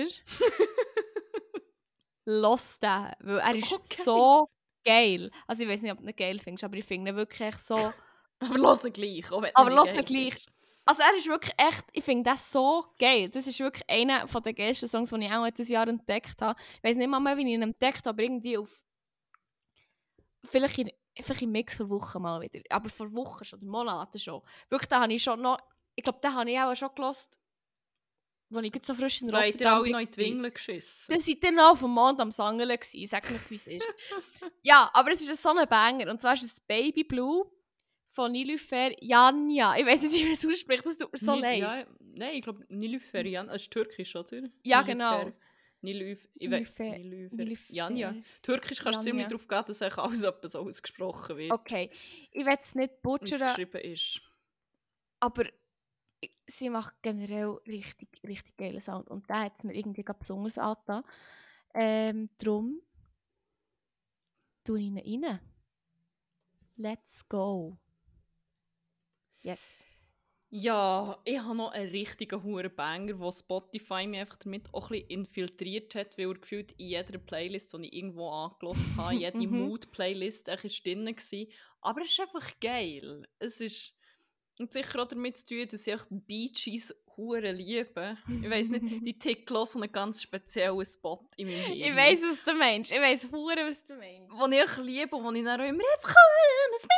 los den, weil er ist so geil. Also ich weiß nicht, ob du ihn geil findest, aber ich finde ihn wirklich so... aber los ihn gleich. Aber los ihn gleich. Also er ist wirklich echt, ich finde das so geil. Das ist wirklich einer der geilsten Songs, die ich auch dieses Jahr entdeckt habe. Ich weiß nicht mal, wie ich ihn entdeckt habe, aber irgendwie auf... Vielleicht im Mix von Wochen mal wieder. Aber vor Wochen schon, oder Monaten schon. Wirklich, den habe ich schon noch... Ich glaube, den habe ich auch schon gehört, als ich so frisch in Rotterdam war. Alle noch in die Wingeln geschissen. Das waren dann auch vom Mond am Sangeln. Ich sage nicht, wie es ist. Ja, aber es ist so ein Banger. Und zwar ist es Baby Blue von Nilüfer Yanya. Ich weiß nicht, wie man es ausspricht, das tut mir so leid. Ja, nein, ich glaube, Nilüfer Yanya, das ist türkisch, oder? Ja, genau. Nilüfer Yanya. Türkisch kannst du ziemlich darauf gehen, dass alles etwas so ausgesprochen wird. Okay, ich will es nicht butchern. Wie es geschrieben ist. Aber sie macht generell richtig, richtig geilen Sound. Und da hat es mir irgendwie besonders angetan. Darum tue ich ihn rein. Let's go. Yes. Ja, ich habe noch einen richtigen Hurenbanger, wo Spotify mich einfach damit auch ein bisschen infiltriert hat, weil er gefühlt in jeder Playlist, die ich irgendwo angehört habe, jede Mhm. Mood-Playlist war drin. Aber es ist einfach geil. Es ist und sicher auch damit zu tun, dass ich auch die Bee Gees hure liebe. Ich weiss nicht, die ticken so einen ganz speziellen Spot in meinem Ich Hirn. weiss, was du meinst. Ich weiss hure, was du meinst. Den ich auch liebe und wo ich dann auch immer einfach «Müssen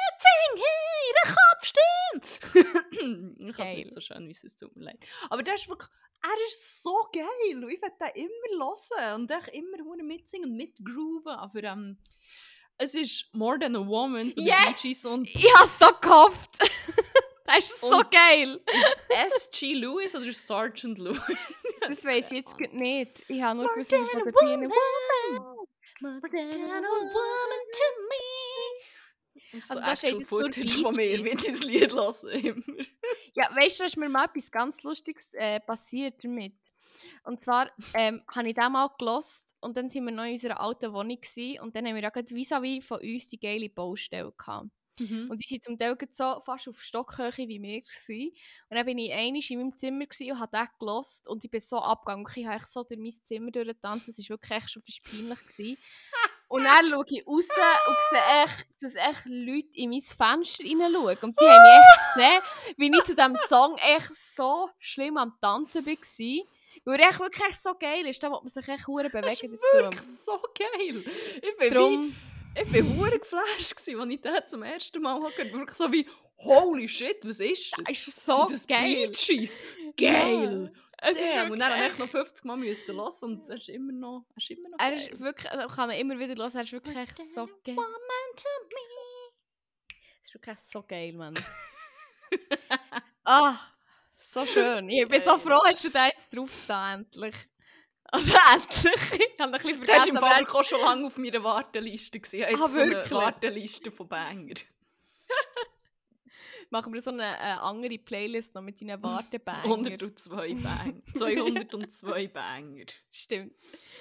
wir singen, in der Kopfstimme!» Ich kann es nicht Geil. so schön, wie es tut mir leid. Aber der ist wirklich, er ist so geil und ich werde den immer hören und echt immer hure mitsingen und mitgrooven. Aber es ist «More Than a Woman» von den Bee Yes! Gees und Ich hab's so gehofft. Das ist so Und- geil. ist es S.G. Lewis oder Sergeant Lewis? Das weiss ich jetzt Keine grad nicht. Ich habe nur More gewusst, dass es than von a der Tina woman, more than a woman to me. Das ist so Also da steht actual jetzt nur Footage von mir, Bee wie Gees. ich das Lied höre immer. Ja, weißt du, da ist mir mal etwas ganz Lustiges passiert damit. Und zwar habe ich den mal gelost und dann sind wir noch in unserer alten Wohnung gewesen, und dann haben wir ja gerade vis-à-vis von uns die geile Baustelle gehabt. Und die waren zum Teil gerade so fast auf Stockhöhe wie wir gewesen. Und dann bin ich einmal in meinem Zimmer gewesen und habe den gelost und ich bin so abgegangen. Ich habe echt so durch mein Zimmer durchgetanzt, das war wirklich echt schon fast peinlich gewesen. Und dann schaue ich raus und sehe echt, dass echt Leute in mein Fenster hineinschauen. Und die haben mich echt gesehen, wie ich zu diesem Song echt so schlimm am Tanzen war. Weil er echt wirklich echt so geil ist, da muss man sich echt verdammt Das ist bewegen wirklich dazu. so geil. Ich Darum, bin hure geflasht gewesen, als ich den zum ersten Mal gehört habe. Wirklich so wie, holy shit, was ist das? ist Sind so das geil. Bee Gees? Ja, Geil! es ist Damn. Und dann wirklich habe ich noch 50 Mal müssen hören und er ist immer noch Er geil. ist wirklich, ich kann ihn immer wieder hören, er ist wirklich echt so geil. Woman to me. Er ist wirklich echt so geil, Mann. Ah, so schön. Ich bin so Geil. froh, hast du da jetzt drauf da endlich. Also endlich. Ich habe ein bisschen Der war vergessen, im Fall wirklich auch schon lange auf meiner Warteliste. Ich habe jetzt so eine wirklich? Warteliste von Banger. Machen wir so eine andere Playlist noch mit deinen Wartebanger. 102 Banger. 202 Banger. Stimmt.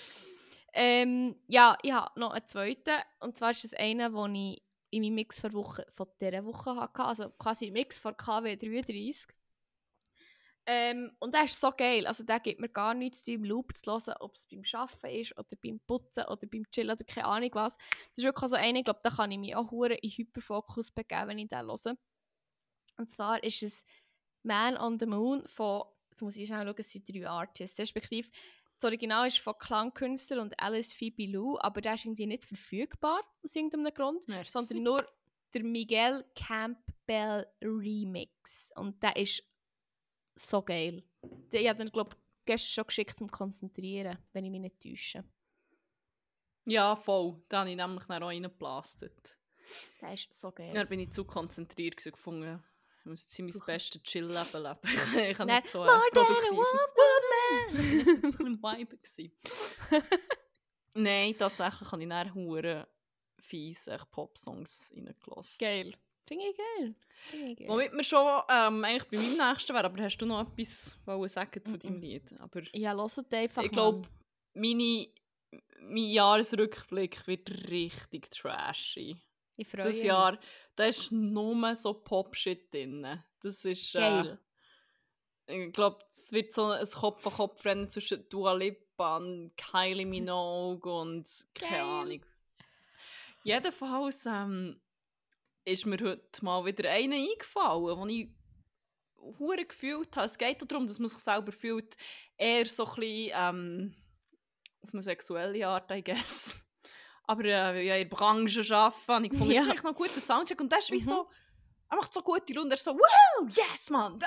Ja, ich habe noch einen zweiten. Und zwar ist das einer, den ich in meinem Mix von dieser Woche hatte. Also quasi im Mix von KW 33. Und der ist so geil. Also der gibt mir gar nichts im Loop zu hören, ob es beim Arbeiten ist oder beim Putzen oder beim Chillen oder keine Ahnung was. Das ist wirklich so einer, ich glaube, da kann ich mich auch verdammt in Hyperfokus begeben, wenn ich den höre. Und zwar ist es Man on the Moon von, jetzt muss ich schnell schauen, es sind 3 Artists, respektive das Original ist von Klangkünstler und Alice Phoebe Lou, aber der ist irgendwie nicht verfügbar, aus irgendeinem Grund, Merci. sondern nur der Miguel Campbell Remix. Und der ist so geil. Ich habe den, glaube ich, gestern schon geschickt zum Konzentrieren, wenn ich mich nicht täusche. Ja, voll. Da habe ich nämlich dann auch reingeblastet. Der ist so geil. Dann bin ich zu konzentriert gewesen, gefunden, ich muss jetzt mein bestes Chill-Leben leben. Ich kann Nein, nicht so more than a produktiv sein. Das war ein Vibe gewesen. Nein, tatsächlich habe ich dann hure fies Pop-Songs reingelassen. Geil. Finde ich geil. Finde ich geil. Womit wir schon eigentlich bei meinem nächsten wären, aber hast du noch etwas sagen zu deinem Lied? Aber Ja, hört einfach ich glaube, mein Jahresrückblick wird richtig trashy. Ich freue Das mich. Jahr, da ist nur so Pop-Shit drin. Das ist Geil. ich glaube, es wird so ein Kopf-an-Kopf-Rennen zwischen Dua Lipa und Kylie Minogue und keine Geil. Ahnung. Jedenfalls ist mir heute mal wieder einer eingefallen, den ich hure gefühlt habe. Es geht auch darum, dass man sich selber fühlt, eher so ein bisschen auf eine sexuelle Art, I guess. Aber weil ich ja in der Branche arbeite, habe ich gefunden, das ist echt noch ein guter Soundtrack. Und das ist wie so, er macht so gute Runde. Er ist so, woohoo, yes, man!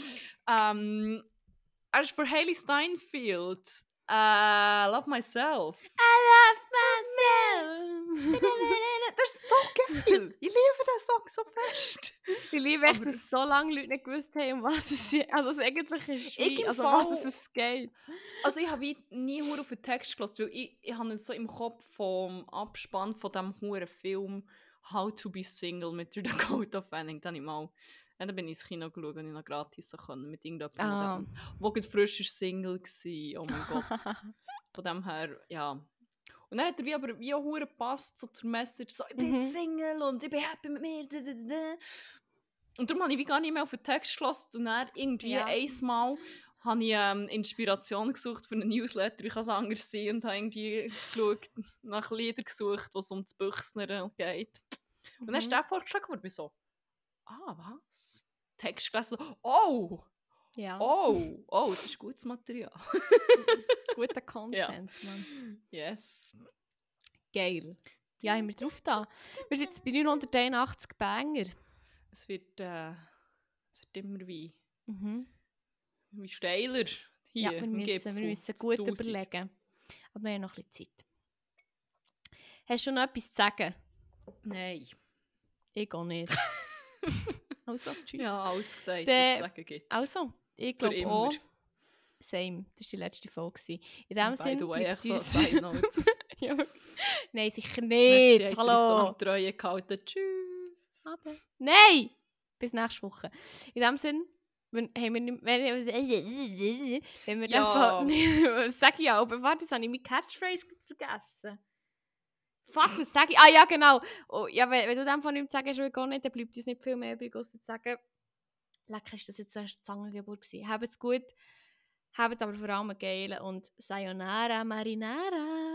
Er ist für Hailey Steinfeld. Love Myself. I love myself. Das ist so geil. Ich liebe den Song so fest. Ich liebe echt, Aber- dass so lange Leute nicht gewusst haben, um was es also es eigentlich ist, Ich wie, im also Fall- was es geht. Also ich habe nie hure auf den Text gehört, weil ich habe es so im Kopf vom Abspann von diesem hure Film How to be Single mit der Dakota Fanning. Dann bin ich ins Kino geschaut und ich noch gratis können mit irgendjemandem, der gerade frisch ist Single war. Oh mein Gott. Von dem her, ja. Und dann hat er wie auch hure gepasst so zur Message, so ich bin jetzt Single und ich bin happy mit mir. Und darum habe ich wie gar nicht mehr auf den Text gelassen und dann irgendwie Ja. einmal habe ich Inspiration gesucht für einen Newsletter, wie kann es anders sein, und habe irgendwie geschaut, nach Liedern gesucht, wo es um das Büchsnern geht. Und dann ist der vorgeschlagen worden, ich so, was? Text gelesen, so, oh, das ist gutes Material. Guter Content, Mann. Yes. Geil. Ja, haben wir drauf da. Wir sind jetzt bei 981 Banger. Es wird immer wie Mhm. steiler hier Ja, wir im müssen Gipfel. gut 1000. überlegen. Aber wir haben noch ein bisschen Zeit. Hast du noch etwas zu sagen? Nein. Ich auch nicht. Also, tschüss. Ja, alles gesagt, Der- was es zu sagen gibt. Also, ich Für glaube immer. auch. Same, das war die letzte Folge. In dem By Sinne the way, bleibt echt so ein uns... Side Note. Ja. Nein, sicher Merci, nicht. habt ihr uns so Hallo. am Treue gehalten. Tschüss. Ade. Nein! Bis nächste Woche. In dem Sinne, haben wir nicht... Wenn wir Ja. dann... Sag ich ja, aber warte, jetzt habe ich meine Catchphrase vergessen. Fuck, was sage ich? Ah ja, genau. Oh, ja, wenn du dem von ihm sagen hast, gar nicht, dann bleibt uns nicht viel mehr übrig, als zu sagen, lecker, ist das jetzt erst Zangengeburt gewesen. Habt's gut, habt aber vor allem einen geilen und Sayonara Marinara.